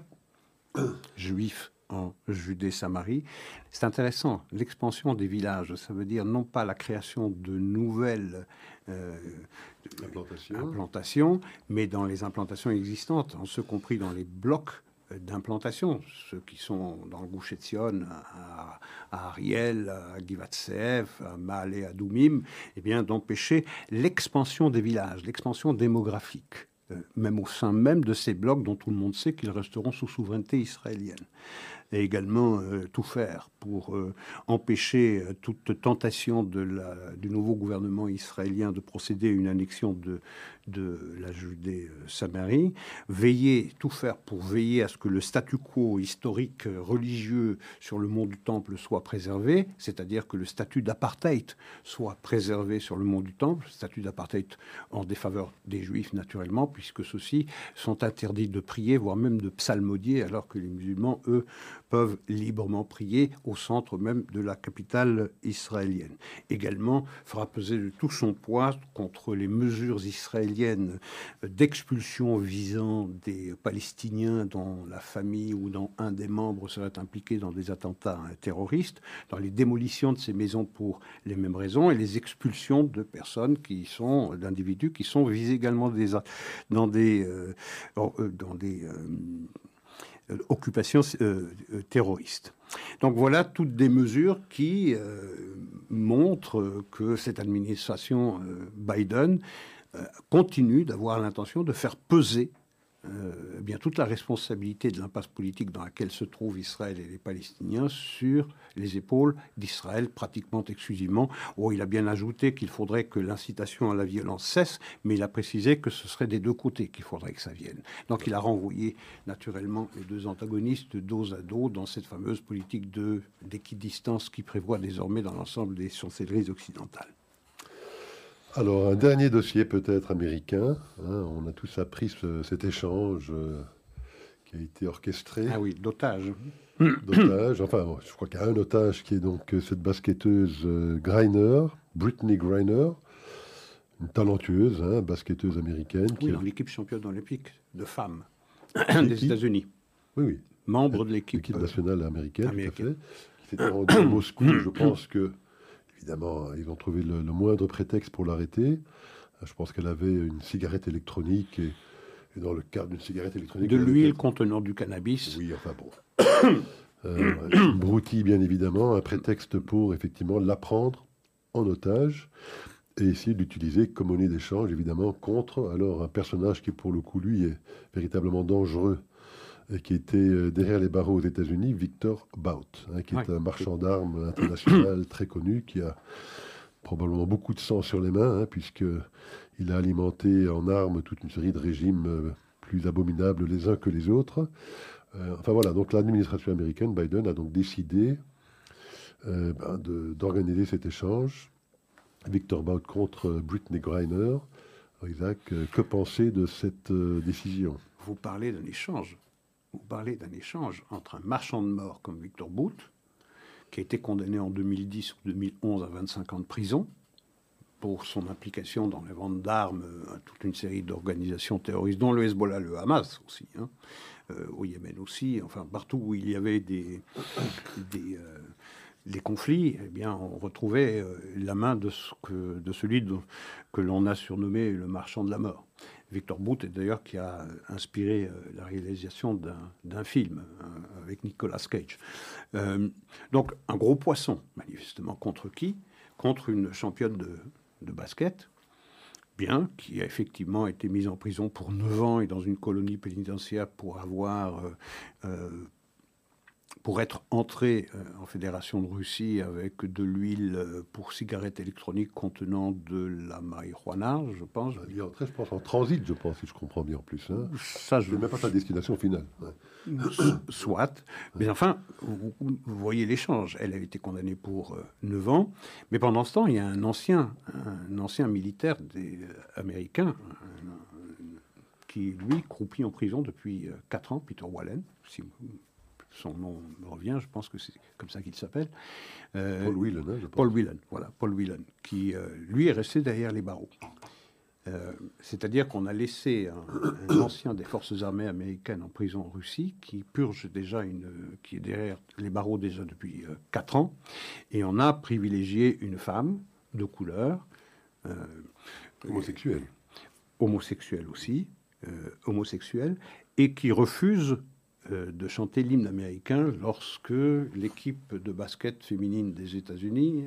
juifs en Judée-Samarie. C'est intéressant, l'expansion des villages, ça veut dire non pas la création de nouvelles euh, implantations. implantations, mais dans les implantations existantes, en ce compris dans les blocs d'implantation, ceux qui sont dans le Gush Etzion, à, à Ariel, à Givat Seef, à Ma'ale Adoumim, eh bien d'empêcher l'expansion des villages, l'expansion démographique, euh, même au sein même de ces blocs dont tout le monde sait qu'ils resteront sous souveraineté israélienne. Et également euh, tout faire pour euh, empêcher euh, toute tentation de la, du nouveau gouvernement israélien de procéder à une annexion de, de la Judée-Samarie, veiller, tout faire pour veiller à ce que le statu quo historique euh, religieux sur le mont du Temple soit préservé, c'est-à-dire que le statut d'apartheid soit préservé sur le mont du Temple, statut d'apartheid en défaveur des Juifs naturellement, puisque ceux-ci sont interdits de prier, voire même de psalmodier, alors que les musulmans, eux, peuvent librement prier au centre même de la capitale israélienne. Également, fera peser de tout son poids contre les mesures israéliennes d'expulsion visant des Palestiniens dont la famille ou dont un des membres serait impliqué dans des attentats terroristes, dans les démolitions de ces maisons pour les mêmes raisons et les expulsions de personnes qui sont, d'individus qui sont visés également des, dans des, euh, dans des euh, occupations euh, terroristes. Donc voilà toutes des mesures qui euh, montrent que cette administration euh, Biden euh, continue d'avoir l'intention de faire peser euh, eh bien, toute la responsabilité de l'impasse politique dans laquelle se trouvent Israël et les Palestiniens sur les épaules d'Israël, pratiquement exclusivement. Oh, il a bien ajouté qu'il faudrait que l'incitation à la violence cesse, mais il a précisé que ce serait des deux côtés qu'il faudrait que ça vienne. Donc il a renvoyé naturellement les deux antagonistes dos à dos dans cette fameuse politique de, d'équidistance qui prévoit désormais dans l'ensemble des chancelleries occidentales. Alors, un dernier dossier peut-être américain. Hein, on a tous appris ce, cet échange euh, qui a été orchestré. Ah oui, d'otages. D'otages. Enfin, je crois qu'il y a un otage qui est donc cette basketteuse euh, Griner, Brittany Griner, une talentueuse hein, basketteuse américaine. Oui, qui dans a... l'équipe championne olympique de femmes L'équipe. des États-Unis. Oui, oui. Membre de l'équipe, l'équipe nationale américaine, américaine. tout à fait. Qui s'était rendue à Moscou. Je pense que évidemment, ils ont trouvé le, le moindre prétexte pour l'arrêter. Je pense qu'elle avait une cigarette électronique et, et dans le cadre d'une cigarette électronique... De l'huile fait... contenant du cannabis. Oui, enfin bon. euh, une broutille, bien évidemment, un prétexte pour, effectivement, la prendre en otage et essayer de l'utiliser comme monnaie d'échange, évidemment, contre alors un personnage qui, pour le coup, lui, est véritablement dangereux et qui était derrière les barreaux aux États-Unis, Victor Bout, hein, qui est ouais. un marchand d'armes international très connu, qui a probablement beaucoup de sang sur les mains, hein, puisqu'il a alimenté en armes toute une série de régimes euh, plus abominables les uns que les autres. Euh, enfin voilà, donc l'administration américaine, Biden, a donc décidé euh, ben, de, d'organiser cet échange. Victor Bout contre Brittany Griner. Isaac, euh, que penser de cette euh, décision ? Vous parlez d'un échange. Vous parlez d'un échange entre un marchand de mort comme Victor Bout, qui a été condamné en deux mille dix ou deux mille onze à vingt-cinq ans de prison pour son implication dans les ventes d'armes à toute une série d'organisations terroristes, dont le Hezbollah, le Hamas aussi, hein, euh, au Yémen aussi, enfin partout où il y avait des, des, euh, des conflits, eh bien, on retrouvait euh, la main de, ce que, de celui de, que l'on a surnommé le marchand de la mort. Victor Bout est d'ailleurs qui a inspiré euh, la réalisation d'un, d'un film euh, avec Nicolas Cage. Euh, donc un gros poisson, manifestement, contre qui ? Contre une championne de, de basket, bien, qui a effectivement été mise en prison pour neuf ans et dans une colonie pénitentiaire pour avoir... Euh, euh, pour être entré euh, en Fédération de Russie avec de l'huile euh, pour cigarettes électroniques contenant de la marijuana, je pense. Il est entré, je pense, en transit, je pense, si je comprends bien en plus. Hein. Ça, je... C'est même pas sa destination finale. Ouais. Soit. Mais enfin, vous, vous voyez l'échange. Elle a été condamnée pour euh, neuf ans. Mais pendant ce temps, il y a un ancien, un ancien militaire des, euh, américain un, un, qui, lui, croupit en prison depuis euh, quatre ans, Peter Wallen, si son nom me revient, je pense que c'est comme ça qu'il s'appelle. Euh, Paul Whelan, hein, je pense. Paul Whelan, voilà, Paul Whelan, qui, euh, lui, est resté derrière les barreaux. Euh, c'est-à-dire qu'on a laissé un, un ancien des forces armées américaines en prison en Russie, qui purge déjà une... qui est derrière les barreaux déjà depuis euh, quatre ans, et on a privilégié une femme de couleur. Euh, homosexuelle. Euh, homosexuelle aussi, euh, homosexuelle, et qui refuse de chanter l'hymne américain lorsque l'équipe de basket féminine des États-Unis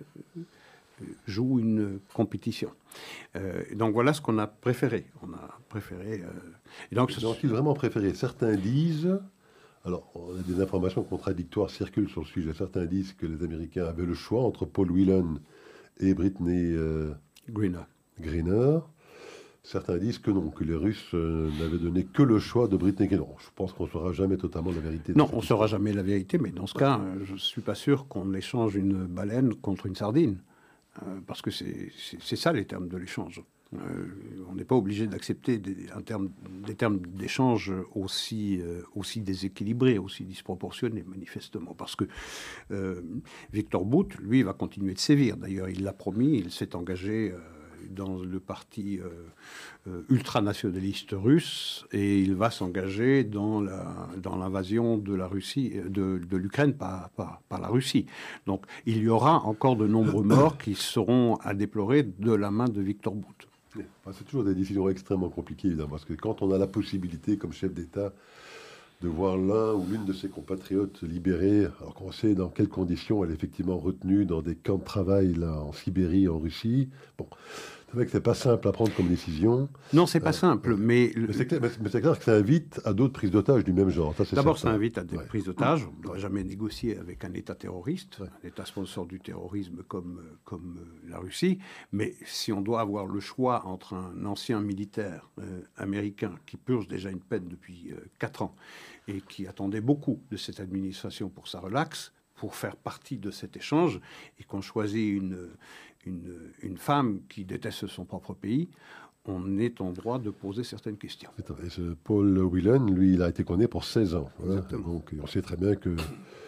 euh, joue une compétition. Euh, donc voilà ce qu'on a préféré. On a préféré. Euh, et donc, donc ils ont vraiment préféré. Certains disent, alors on a des informations contradictoires circulent sur le sujet. Certains disent que les Américains avaient le choix entre Paul Whelan et Brittany euh, Griner. Griner. Certains disent que non, que les Russes euh, n'avaient donné que le choix de Brittany Griner. Je pense qu'on ne saura jamais totalement la vérité. Non, on ne saura jamais la vérité, mais dans ce cas, euh, je ne suis pas sûr qu'on échange une baleine contre une sardine. Euh, parce que c'est, c'est, c'est ça les termes de l'échange. Euh, on n'est pas obligé d'accepter des, un terme, des termes d'échange aussi, euh, aussi déséquilibrés, aussi disproportionnés, manifestement. Parce que euh, Victor Bout, lui, va continuer de sévir. D'ailleurs, il l'a promis, il s'est engagé... Euh, dans le parti euh, euh, ultranationaliste russe, et il va s'engager dans, la, dans l'invasion de la Russie, de, de l'Ukraine par, par, par la Russie. Donc il y aura encore de nombreux morts qui seront à déplorer de la main de Victor Bout. C'est toujours des décisions extrêmement compliquées, évidemment, parce que quand on a la possibilité, comme chef d'État, de voir l'un ou l'une de ses compatriotes libérés, alors qu'on sait dans quelles conditions elle est effectivement retenue dans des camps de travail là, en Sibérie, en Russie. Bon, C'est vrai que c'est pas simple à prendre comme décision. Non, c'est pas Euh, simple, euh, mais... Mais c'est clair, mais c'est- mais c'est clair que ça invite à d'autres prises d'otages du même genre. Ça, c'est D'abord, ça certain. invite à des Ouais. prises d'otages. On ne doit jamais négocier avec un État terroriste, Ouais. un État sponsor du terrorisme comme, euh, comme euh, la Russie. Mais si on doit avoir le choix entre un ancien militaire euh, américain qui purge déjà une peine depuis euh, quatre ans et qui attendait beaucoup de cette administration pour sa relaxe, pour faire partie de cet échange, et qu'on choisit une, une, une femme qui déteste son propre pays, on est en droit de poser certaines questions. Et ce Paul Whelan, lui, il a été condamné pour seize ans. Hein. Exactement. Donc, on sait très bien que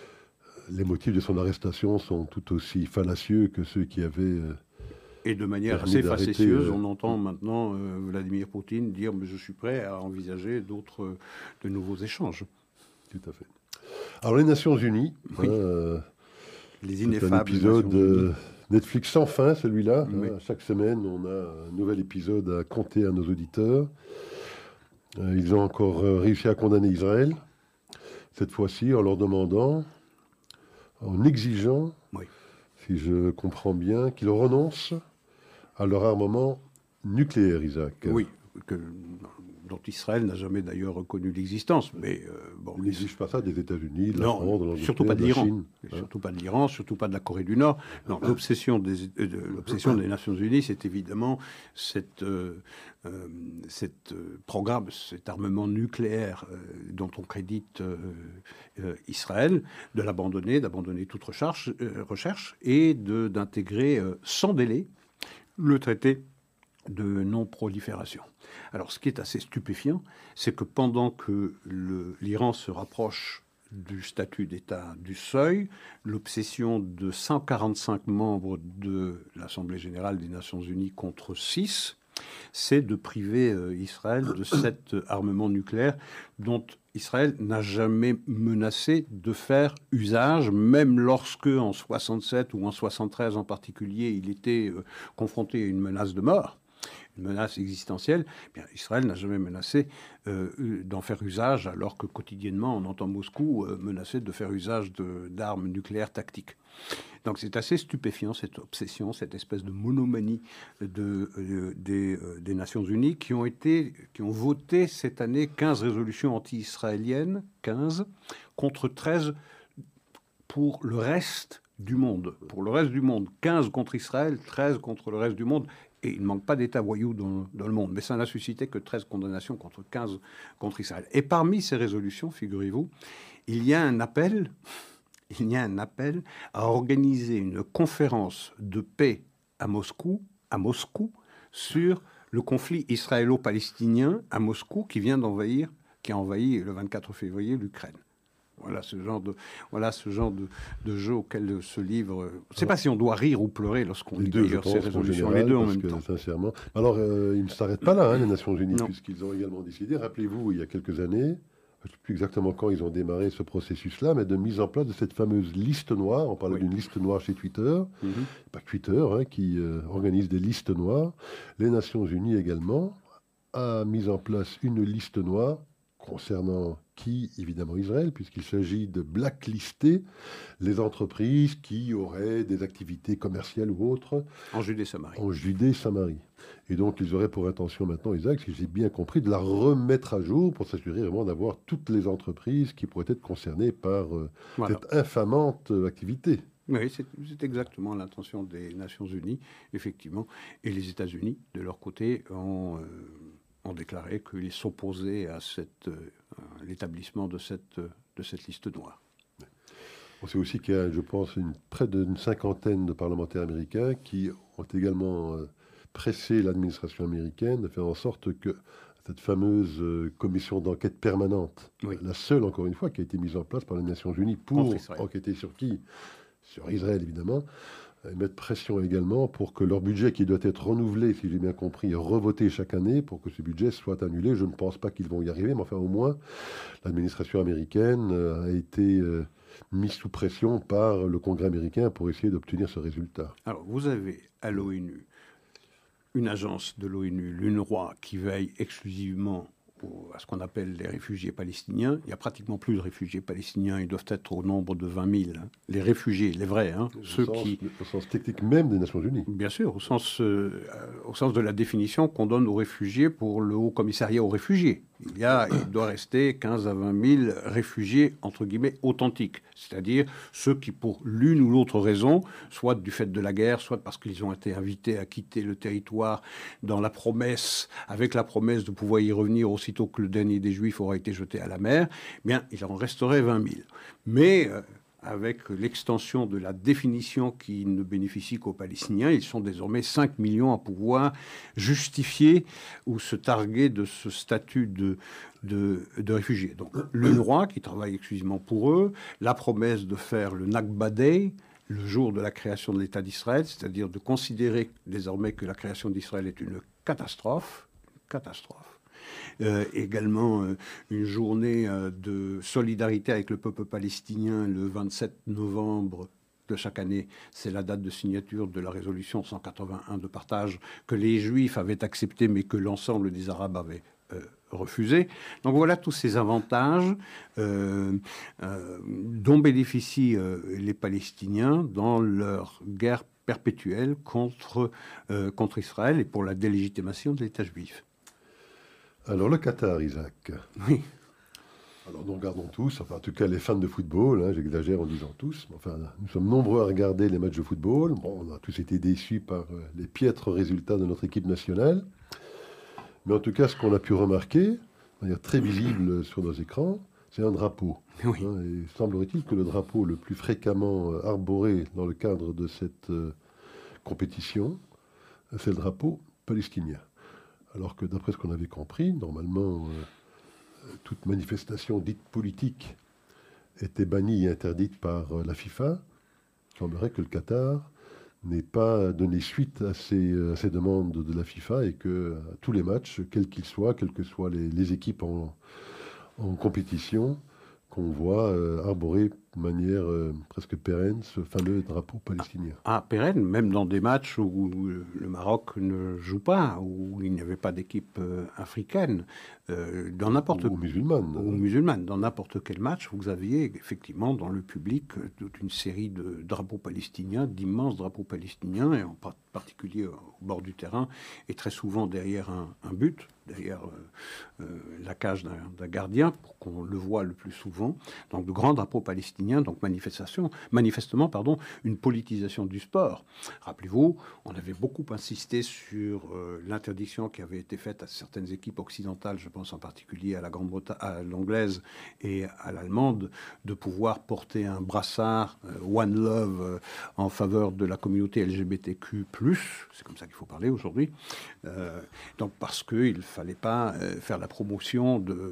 les motifs de son arrestation sont tout aussi fallacieux que ceux qui avaient... euh, Et de manière permis assez d'arrêter, facétieuse, euh, on entend maintenant euh, Vladimir Poutine dire mais je suis prêt à envisager d'autres, euh, de nouveaux échanges. Tout à fait. Alors, les Nations Unies, Oui. hein, euh, Les c'est un ineffables épisode Nations Unies. euh, Netflix sans fin, celui-là. Oui. Hein. Chaque semaine, on a un nouvel épisode à compter à nos auditeurs. Euh, ils ont encore euh, réussi à condamner Israël, cette fois-ci en leur demandant, en exigeant, Oui. si je comprends bien, qu'ils renoncent à leur armement nucléaire, Isaac. Oui, que, dont Israël n'a jamais d'ailleurs reconnu l'existence. Mais euh, bon, Ils n'exigent pas ça des États-Unis, de la non, France, de l'Angleterre, surtout pas de la l'Iran. Chine. hein. Surtout pas de l'Iran, surtout pas de la Corée du Nord. Non, l'obsession des, euh, de, l'obsession des Nations Unies, c'est évidemment cette, euh, euh, cette euh, programme, cet armement nucléaire euh, dont on crédite euh, euh, Israël, de l'abandonner, d'abandonner toute recherche, euh, recherche et de, d'intégrer euh, sans délai le traité de non-prolifération. Alors, ce qui est assez stupéfiant, c'est que pendant que le, l'Iran se rapproche du statut d'État du seuil, l'obsession de cent quarante-cinq membres de l'Assemblée générale des Nations unies contre six, c'est de priver euh, Israël de cet euh, armement nucléaire dont Israël n'a jamais menacé de faire usage, même lorsque, en soixante-sept ou en soixante-treize en particulier, il était euh, confronté à une menace de mort, une menace existentielle. Eh bien, Israël n'a jamais menacé euh, d'en faire usage, alors que quotidiennement on entend Moscou euh, menacer de faire usage de, d'armes nucléaires tactiques. Donc c'est assez stupéfiant, cette obsession, cette espèce de monomanie de, euh, des, euh, des Nations Unies qui ont, été, qui ont voté cette année quinze résolutions anti-israéliennes, quinze, contre treize pour le reste du monde. Pour le reste du monde, quinze contre Israël, treize contre le reste du monde. Et il ne manque pas d'États voyous dans, dans le monde. Mais ça n'a suscité que treize condamnations contre quinze contre Israël. Et parmi ces résolutions, figurez-vous, il y a un appel... Il y a un appel à organiser une conférence de paix à Moscou, à Moscou, sur le conflit israélo-palestinien à Moscou qui vient d'envahir, qui a envahi le vingt-quatre février l'Ukraine. Voilà ce genre de, voilà ce genre de, de jeu auquel se livre. Je ne sais pas si on doit rire ou pleurer lorsqu'on lit d'ailleurs ces résolutions, les deux en même que, temps. Sincèrement. Alors, euh, ils ne s'arrêtent pas là, hein, les Nations Unies, Non. puisqu'ils ont également décidé, rappelez-vous, il y a quelques années, je ne sais plus exactement quand ils ont démarré ce processus-là, mais de mise en place de cette fameuse liste noire. On parlait Oui. d'une liste noire chez Twitter, Mm-hmm. pas que Twitter, hein, qui euh, organise des listes noires. Les Nations Unies également a mis en place une liste noire concernant qui, évidemment Israël, puisqu'il s'agit de blacklister les entreprises qui auraient des activités commerciales ou autres En Judée-Samarie. en Judée-Samarie. Et donc, ils auraient pour intention maintenant, Isaac, si j'ai bien compris, de la remettre à jour pour s'assurer vraiment d'avoir toutes les entreprises qui pourraient être concernées par euh, Voilà. cette infamante euh, activité. Oui, c'est, c'est exactement l'intention des Nations Unies, effectivement. Et les États-Unis, de leur côté, ont, euh, ont déclaré qu'ils s'opposaient à, cette, euh, à l'établissement de cette, de cette liste noire. On sait aussi qu'il y a, je pense, une, près d'une cinquantaine de parlementaires américains qui ont également euh, pressé l'administration américaine de faire en sorte que cette fameuse euh, commission d'enquête permanente, Oui. la seule, encore une fois, qui a été mise en place par les Nations Unies pour enquêter sur qui ? Sur Israël, évidemment, et mettre pression également pour que leur budget, qui doit être renouvelé, si j'ai bien compris, revoté chaque année, pour que ce budget soit annulé. Je ne pense pas qu'ils vont y arriver, mais enfin, au moins, l'administration américaine euh, a été euh, mise sous pression par le Congrès américain pour essayer d'obtenir ce résultat. Alors, vous avez à l'ONU une agence de l'ONU, l'UNRWA, qui veille exclusivement à ce qu'on appelle les réfugiés palestiniens. Il n'y a pratiquement plus de réfugiés palestiniens. Ils doivent être au nombre de vingt mille. Les réfugiés, les vrais, hein, ceux sens, qui... Au sens technique même des Nations Unies. Bien sûr, au sens, euh, au sens de la définition qu'on donne aux réfugiés pour le Haut Commissariat aux réfugiés. Il, y a, il doit rester quinze à vingt mille réfugiés, entre guillemets, authentiques. C'est-à-dire ceux qui, pour l'une ou l'autre raison, soit du fait de la guerre, soit parce qu'ils ont été invités à quitter le territoire dans la promesse, avec la promesse de pouvoir y revenir aussitôt que le dernier des Juifs aura été jeté à la mer, eh bien, il en resterait vingt mille. Mais... Euh, avec l'extension de la définition qui ne bénéficie qu'aux Palestiniens, ils sont désormais cinq millions à pouvoir justifier ou se targuer de ce statut de, de, de réfugiés. Donc l'U N R W A, qui travaille exclusivement pour eux, la promesse de faire le Nakba Day, le jour de la création de l'État d'Israël, c'est-à-dire de considérer désormais que la création d'Israël est une catastrophe, une catastrophe. Euh, également euh, une journée euh, de solidarité avec le peuple palestinien le vingt-sept novembre de chaque année. C'est la date de signature de la résolution cent quatre-vingt-un de partage que les Juifs avaient acceptée mais que l'ensemble des Arabes avaient euh, refusé. Donc voilà tous ces avantages euh, euh, dont bénéficient euh, les Palestiniens dans leur guerre perpétuelle contre, euh, contre Israël et pour la délégitimation de l'État juif. Alors, le Qatar, Isaac. Oui. Alors, nous regardons tous, enfin, en tout cas, les fans de football, hein, j'exagère en disant tous, mais enfin, nous sommes nombreux à regarder les matchs de football. Bon, on a tous été déçus par euh, les piètres résultats de notre équipe nationale. Mais en tout cas, ce qu'on a pu remarquer, de manière très visible sur nos écrans, c'est un drapeau. Oui. Hein, et semblerait-il que le drapeau le plus fréquemment euh, arboré dans le cadre de cette euh, compétition, c'est le drapeau palestinien. Alors que d'après ce qu'on avait compris, normalement, euh, toute manifestation dite politique était bannie et interdite par euh, la FIFA. Il semblerait que le Qatar n'ait pas donné suite à ces, à ces demandes de la FIFA et que à tous les matchs, quels qu'ils soient, quelles que soient les, les équipes en, en compétition, qu'on voit euh, arborer de manière euh, presque pérenne ce fameux drapeau palestinien. Ah, pérenne, même dans des matchs où le Maroc ne joue pas, où il n'y avait pas d'équipe euh, africaine, euh, dans n'importe ou, ou musulmane. Ou musulmane, dans n'importe quel match, vous aviez effectivement dans le public toute une série de drapeaux palestiniens, d'immenses drapeaux palestiniens, et en particulier au bord du terrain, et très souvent derrière un, un but, derrière euh, euh, la cage d'un, d'un gardien, pour qu'on le voit le plus souvent. Donc de grands drapeaux palestiniens, donc manifestation, manifestement pardon, une politisation du sport. Rappelez-vous, on avait beaucoup insisté sur euh, l'interdiction qui avait été faite à certaines équipes occidentales, je pense en particulier à la Grande-Bretagne, à l'anglaise et à l'allemande, de pouvoir porter un brassard euh, One Love euh, en faveur de la communauté L G B T Q plus, c'est comme ça qu'il faut parler aujourd'hui, euh, donc parce qu'il ne fallait pas euh, faire la promotion de,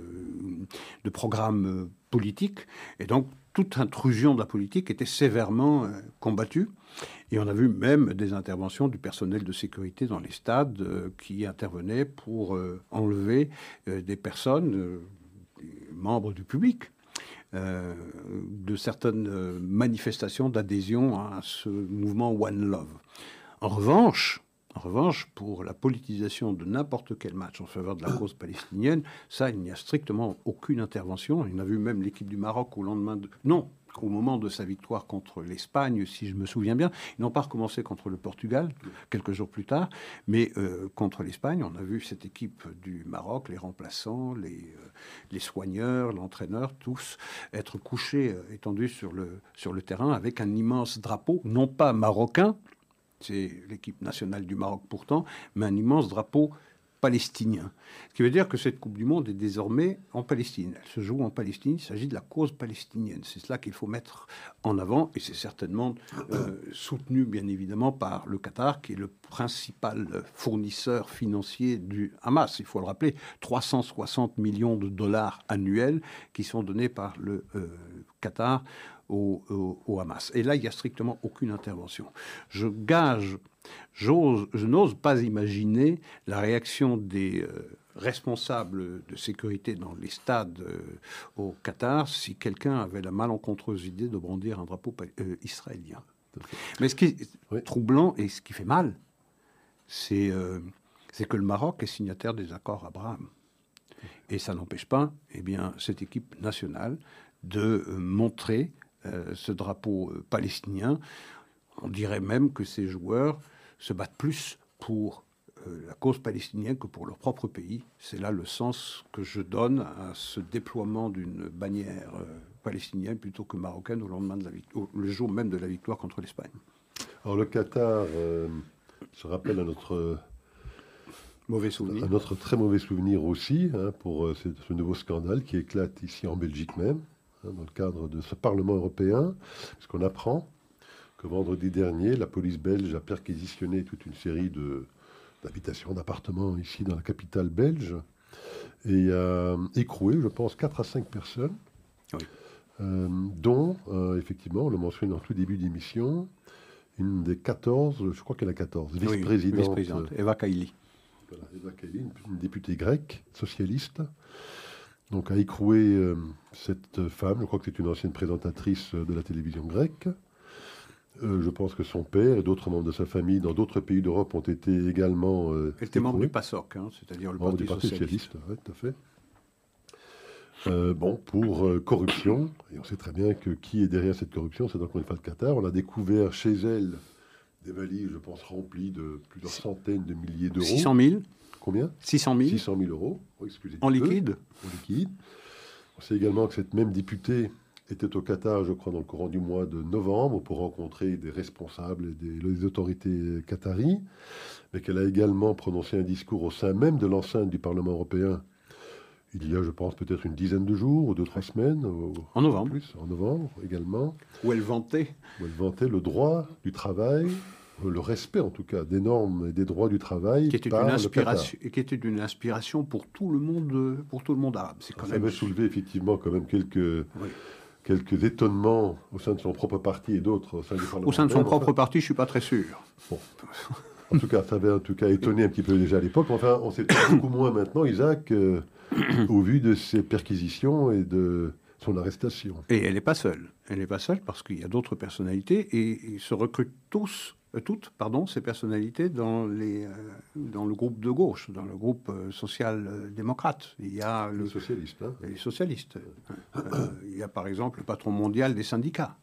de programmes euh, politiques, et donc toute intrusion de la politique était sévèrement euh, combattue. Et on a vu même des interventions du personnel de sécurité dans les stades euh, qui intervenaient pour euh, enlever euh, des personnes, euh, des membres du public, euh, de certaines euh, manifestations d'adhésion à ce mouvement One Love. En revanche, En revanche, pour la politisation de n'importe quel match en faveur de la cause palestinienne, ça, il n'y a strictement aucune intervention. On a vu même l'équipe du Maroc au lendemain de... Non, au moment de sa victoire contre l'Espagne, si je me souviens bien. Ils n'ont pas recommencé contre le Portugal, quelques jours plus tard, mais euh, contre l'Espagne, on a vu cette équipe du Maroc, les remplaçants, les, euh, les soigneurs, l'entraîneur, tous être couchés, euh, étendus sur le, sur le terrain avec un immense drapeau, non pas marocain, c'est l'équipe nationale du Maroc pourtant, mais un immense drapeau palestinien. Ce qui veut dire que cette Coupe du Monde est désormais en Palestine. Elle se joue en Palestine, il s'agit de la cause palestinienne. C'est cela qu'il faut mettre en avant, et c'est certainement euh, soutenu, bien évidemment, par le Qatar, qui est le principal fournisseur financier du Hamas. Il faut le rappeler, trois cent soixante millions de dollars annuels qui sont donnés par le euh, Qatar Au, au, au Hamas. Et là, il n'y a strictement aucune intervention. Je gage, j'ose, je n'ose pas imaginer la réaction des euh, responsables de sécurité dans les stades euh, au Qatar si quelqu'un avait la malencontreuse idée de brandir un drapeau euh, israélien. Mais ce qui est oui. troublant et ce qui fait mal, c'est, euh, c'est que le Maroc est signataire des accords Abraham. Et ça n'empêche pas eh bien, cette équipe nationale de euh, montrer euh, ce drapeau euh, palestinien. On dirait même que ces joueurs se battent plus pour euh, la cause palestinienne que pour leur propre pays. C'est là le sens que je donne à ce déploiement d'une bannière euh, palestinienne plutôt que marocaine au lendemain de la victoire, le jour même de la victoire contre l'Espagne. Alors le Qatar euh, se rappelle à notre, mauvais souvenir. à notre très mauvais souvenir aussi hein, pour euh, ce, ce nouveau scandale qui éclate ici en Belgique même, hein, dans le cadre de ce Parlement européen, parce qu'on apprend que vendredi dernier, la police belge a perquisitionné toute une série de, d'habitations, d'appartements ici dans la capitale belge et a écroué, je pense, quatre à cinq personnes, Oui. euh, dont, euh, effectivement, on le mentionne en tout début d'émission, une des quatorze, je crois qu'elle a quatorze, vice-présidente, oui, vice-présidente Eva Kaili. Voilà, Eva Kaili, une, une députée grecque, socialiste, donc a écroué euh, cette femme, je crois que c'est une ancienne présentatrice de la télévision grecque. Euh, je pense que son père et d'autres membres de sa famille dans d'autres pays d'Europe ont été également euh, Elle était membre écroués. du PASOK, hein, c'est-à-dire le membre Parti, du Parti socialiste. socialiste, ouais, tout à fait. Euh, bon, pour euh, corruption, et on sait très bien que qui est derrière cette corruption, c'est encore une fois le Qatar. On a découvert chez elle des valises, je pense, remplies de plusieurs centaines de milliers d'euros. six cent mille Combien six cent mille six cent mille euros. Oh, excusez en liquide. En liquide. On sait également que cette même députée était au Qatar, je crois, dans le courant du mois de novembre pour rencontrer des responsables et des, des autorités qataries, mais qu'elle a également prononcé un discours au sein même de l'enceinte du Parlement européen il y a, je pense, peut-être une dizaine de jours ou deux, trois semaines. Ou, en novembre. Plus, en novembre également. Où elle vantait. Où elle vantait le droit du travail, le respect en tout cas des normes et des droits du travail qui était par une le inspiration, Qatar. qui était une inspiration pour tout le monde, pour tout le monde arabe. C'est quand Ça même... avait soulevé effectivement quand même quelques, oui. quelques étonnements au sein de son propre parti et d'autres au sein du Parlement. Au sein de son européen. propre Enfin, parti, je suis pas très sûr. Bon. En tout cas, ça avait en tout cas étonné un petit peu déjà à l'époque. Enfin, on sait beaucoup moins maintenant, Isaac, euh, au vu de ces perquisitions et de son arrestation. Et elle n'est pas seule. Elle n'est pas seule parce qu'il y a d'autres personnalités et ils se recrutent tous, euh, toutes, pardon, ces personnalités dans, les, euh, dans le groupe de gauche, dans le groupe euh, social-démocrate. Il y a le, les socialistes. Hein. Les socialistes. Euh, il y a par exemple le patron mondial des syndicats.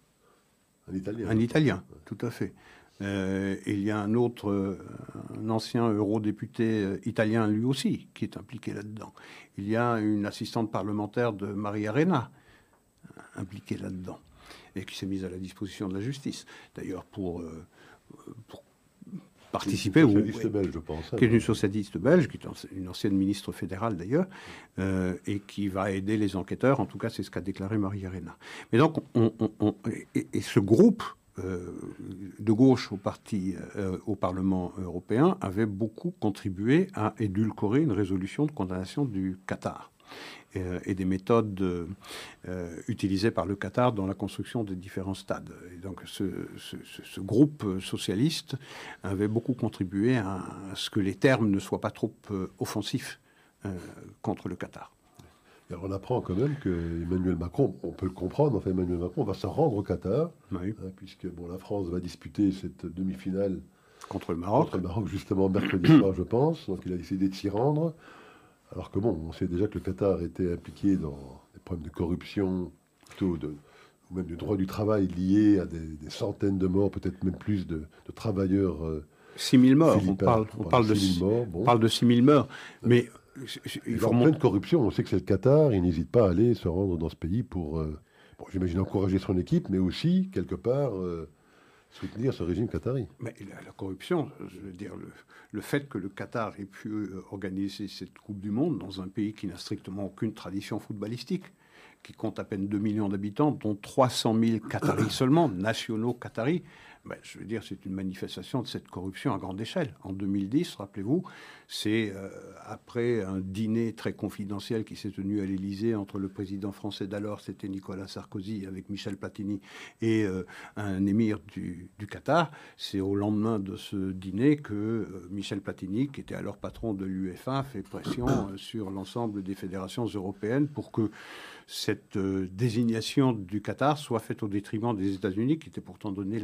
Un Italien. Un Italien, tout à fait. Euh, il y a un autre, euh, un ancien eurodéputé euh, italien lui aussi, qui est impliqué là-dedans. Il y a une assistante parlementaire de Maria Arena euh, impliquée là-dedans, et qui s'est mise à la disposition de la justice. D'ailleurs, pour, euh, pour participer... Une socialiste ou, belge, je pense. Hein, qui est une socialiste belge, qui est une ancienne ministre fédérale d'ailleurs, euh, et qui va aider les enquêteurs. En tout cas, c'est ce qu'a déclaré Maria Arena. Mais donc, on, on, on, et, et ce groupe... Euh, de gauche au, parti, euh, au Parlement européen avait beaucoup contribué à édulcorer une résolution de condamnation du Qatar euh, et des méthodes euh, utilisées par le Qatar dans la construction des différents stades. Et donc ce, ce, ce groupe socialiste avait beaucoup contribué à, à ce que les termes ne soient pas trop euh, offensifs euh, contre le Qatar. Alors on apprend quand même que Emmanuel Macron, on peut le comprendre, enfin Emmanuel Macron va se rendre au Qatar, oui. hein, puisque bon, la France va disputer cette demi-finale contre le Maroc. Contre le Maroc, justement, mercredi soir, je pense. Donc il a décidé de s'y rendre. Alors que bon, on sait déjà que le Qatar était impliqué dans des problèmes de corruption, plutôt de, ou même du droit du travail liés à des, des centaines de morts, peut-être même plus de, de travailleurs. Euh, six mille morts, on parle, on, parle de six mille morts. Bon. On parle de six mille morts, mais... Il faut en pleine corruption. On sait que c'est le Qatar. Il n'hésite pas à aller se rendre dans ce pays pour, euh, bon, j'imagine, encourager son équipe, mais aussi, quelque part, euh, soutenir ce régime qatari. Mais la, la corruption, je veux dire, le, le fait que le Qatar ait pu euh, organiser cette Coupe du Monde dans un pays qui n'a strictement aucune tradition footballistique, qui compte à peine deux millions d'habitants, dont trois cent mille Qataris seulement, nationaux Qataris, ben, je veux dire, c'est une manifestation de cette corruption à grande échelle. En deux mille dix, rappelez-vous, c'est euh, après un dîner très confidentiel qui s'est tenu à l'Élysée entre le président français d'alors, c'était Nicolas Sarkozy, avec Michel Platini, et euh, un émir du, du Qatar. C'est au lendemain de ce dîner que euh, Michel Platini, qui était alors patron de l'UEFA, fait pression euh, sur l'ensemble des fédérations européennes pour que cette euh, désignation du Qatar soit faite au détriment des États-Unis, qui étaient pourtant donnés largement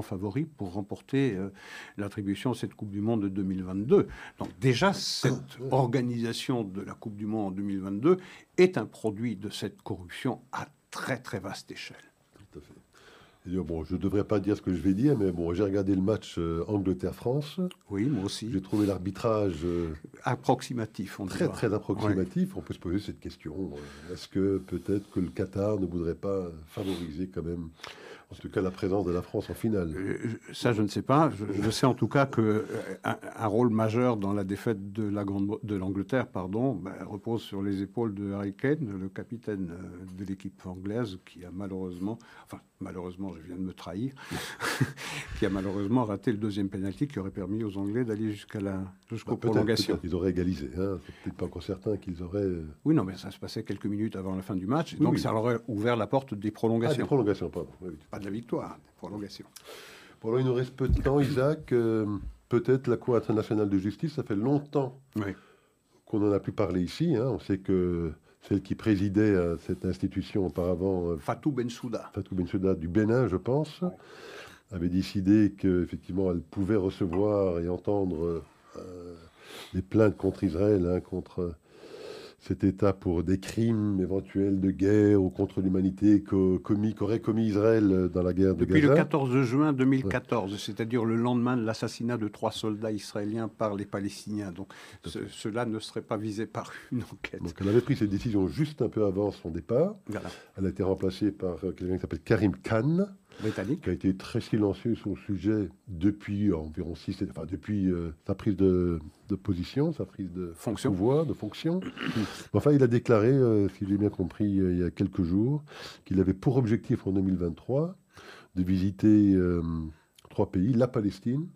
favoris pour remporter euh, l'attribution de cette Coupe du Monde de deux mille vingt-deux. Donc déjà, cette organisation de la Coupe du Monde en deux mille vingt-deux est un produit de cette corruption à très très vaste échelle. Tout à fait. Et bon, je ne devrais pas dire ce que je vais dire, mais bon, j'ai regardé le match euh, Angleterre-France. Oui, moi aussi. J'ai trouvé l'arbitrage euh, approximatif, on très dira. très approximatif. Ouais. On peut se poser cette question. Euh, est-ce que peut-être que le Qatar ne voudrait pas favoriser quand même, en tout cas, la présence de la France en finale? euh, Ça, je ne sais pas. Je, je sais en tout cas qu'un euh, un rôle majeur dans la défaite de, la Grande, de l'Angleterre pardon, ben, repose sur les épaules de Harry Kane, le capitaine de l'équipe anglaise, qui a malheureusement, enfin malheureusement, je viens de me trahir, qui a malheureusement raté le deuxième pénalty qui aurait permis aux Anglais d'aller jusqu'à la, jusqu'aux bah, prolongations. Peut-être, ils auraient égalisé. Hein. C'est peut-être pas encore certain qu'ils auraient... Oui, non, mais ça se passait quelques minutes avant la fin du match. Et oui, donc, oui. ça leur aurait ouvert la porte des prolongations. Ah, des prolongations, pardon. Oui, oui. Pas de la victoire, des prolongations. Bon, alors, il nous reste peu de temps, Isaac. Euh, peut-être la Cour internationale de justice, ça fait longtemps Oui. qu'on n'en a plus parlé ici. Hein. On sait que celle qui présidait à cette institution auparavant, euh, Fatou Bensouda. Fatou Bensouda du Bénin, je pense, Oui. avait décidé qu'effectivement elle pouvait recevoir et entendre euh, les plaintes contre Israël, hein, contre cet État pour des crimes éventuels de guerre ou contre l'humanité commis, qu'aurait commis Israël dans la guerre de Depuis Gaza. le quatorze juin deux mille quatorze, ouais. C'est-à-dire le lendemain de l'assassinat de trois soldats israéliens par les Palestiniens. Donc ce, cela ne serait pas visé par une enquête. Donc elle avait pris cette décision juste un peu avant son départ. Voilà. Elle a été remplacée par quelqu'un qui s'appelle Karim Khan, Britannique, qui a été très silencieux sur le sujet depuis environ six, enfin depuis euh, sa prise de, de position, sa prise de fonction. pouvoir, de fonction. Enfin, il a déclaré, euh, si j'ai bien compris, euh, il y a quelques jours, qu'il avait pour objectif en deux mille vingt-trois de visiter euh, trois pays, la Palestine,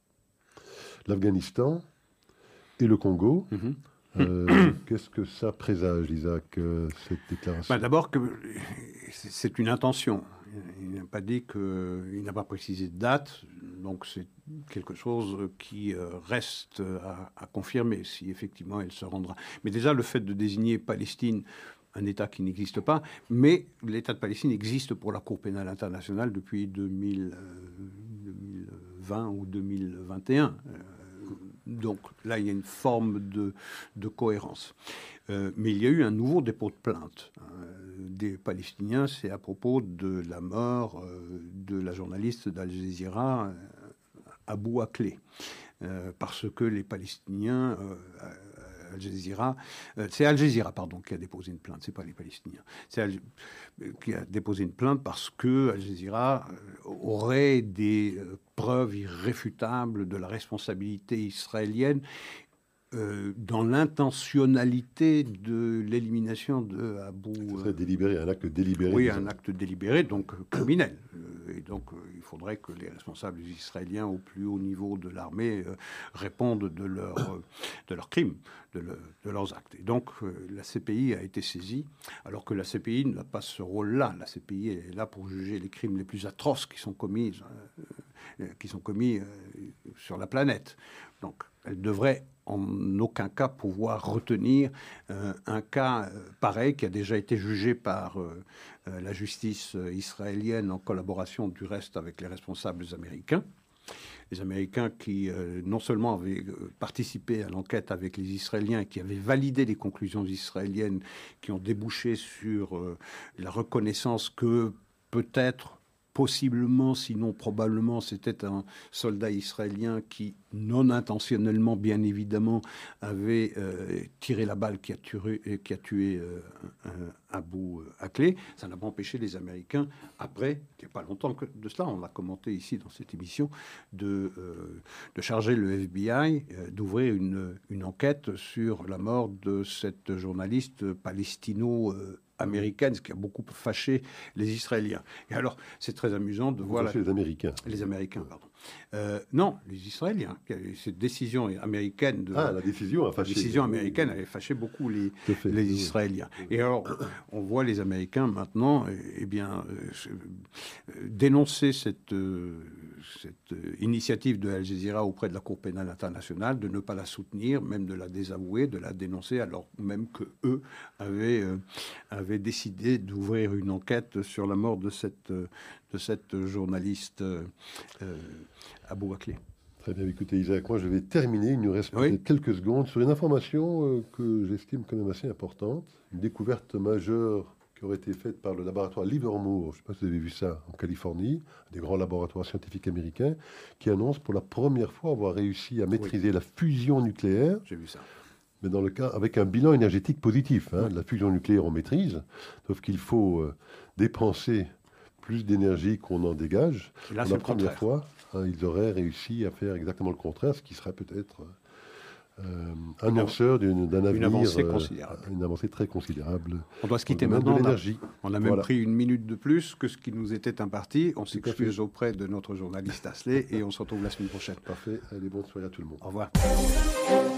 l'Afghanistan et le Congo. Mm-hmm. Euh, qu'est-ce que ça présage, Isaac, euh, cette déclaration? Ben d'abord, que c'est une intention. Il n'a pas dit que, il n'a pas précisé de date, donc c'est quelque chose qui reste à, à confirmer si effectivement elle se rendra. Mais déjà, le fait de désigner Palestine, un État qui n'existe pas, mais l'État de Palestine existe pour la Cour pénale internationale depuis deux mille vingt ou deux mille vingt et un. Donc là, il y a une forme de, de cohérence. Euh, mais il y a eu un nouveau dépôt de plainte euh, des Palestiniens. C'est à propos de la mort euh, de la journaliste d'Al Jazeera, euh, Abou Akleh. Euh, parce que les Palestiniens... Euh, Al Jazeera, euh, c'est Al Jazeera pardon, qui a déposé une plainte, c'est pas les Palestiniens. C'est Al, qui a déposé une plainte parce que Al Jazeera euh, aurait des euh, preuves irréfutables de la responsabilité israélienne euh, dans l'intentionnalité de l'élimination de Abou. Ce serait délibéré, un acte délibéré. Oui, un acte délibéré, donc euh, criminel. Et donc, euh, il faudrait que les responsables israéliens au plus haut niveau de l'armée euh, répondent de, leur, euh, de leurs crimes, de, le, de leurs actes. Et donc, euh, la C P I a été saisie, alors que la C P I n'a pas ce rôle-là. La C P I est là pour juger les crimes les plus atroces qui sont commis, euh, qui sont commis euh, sur la planète. Donc, elle devrait en aucun cas pouvoir retenir euh, un cas euh, pareil qui a déjà été jugé par euh, euh, la justice israélienne en collaboration du reste avec les responsables américains. Les Américains qui euh, non seulement avaient euh, participé à l'enquête avec les Israéliens et qui avaient validé les conclusions israéliennes qui ont débouché sur euh, la reconnaissance que peut-être possiblement, sinon probablement, c'était un soldat israélien qui, non intentionnellement, bien évidemment, avait euh, tiré la balle qui a tué, qui a tué euh, euh, Abou Akleh. Ça n'a pas empêché les Américains, après, il n'y a pas longtemps que de cela, on l'a commenté ici dans cette émission, de, euh, de charger le F B I euh, d'ouvrir une, une enquête sur la mort de cette journaliste palestino euh, américaine, ce qui a beaucoup fâché les Israéliens. Et alors, c'est très amusant de Vous voir... La... les Américains. Les Américains, pardon. Euh, non, les Israéliens. Cette décision américaine... De, ah, la décision a fâché. La décision américaine avait fâché beaucoup les, fait, les oui. Israéliens. Et alors, on voit les Américains maintenant, eh bien, euh, dénoncer cette, euh, cette initiative de Al Jazeera auprès de la Cour pénale internationale, de ne pas la soutenir, même de la désavouer, de la dénoncer, alors même que eux avaient, euh, avaient décidé d'ouvrir une enquête sur la mort de cette, de cette journaliste euh, Abou Akleh. Très bien, écoutez Isaac, moi je vais terminer, il nous reste oui. peut-être quelques secondes, sur une information euh, que j'estime quand même assez importante, une découverte majeure qui aurait été faite par le laboratoire Livermore, je ne sais pas si vous avez vu ça, en Californie, un des grands laboratoires scientifiques américains, qui annonce pour la première fois avoir réussi à maîtriser oui. la fusion nucléaire. J'ai vu ça. Mais dans le cas, avec un bilan énergétique positif. Hein, oui. La fusion nucléaire, on maîtrise, sauf qu'il faut euh, dépenser plus d'énergie qu'on en dégage. Et là, pour la première fois, hein, ils auraient réussi à faire exactement le contraire, ce qui serait peut-être euh, annonceur d'une, d'un avenir... Une avancée considérable. Euh, une avancée très considérable. On doit se quitter maintenant. De l'énergie. On a, on a même voilà. pris une minute de plus que ce qui nous était imparti. On s'excuse auprès de notre journaliste Asley et on se retrouve la semaine prochaine. Parfait. Allez, bonne soirée à tout le monde. Au revoir.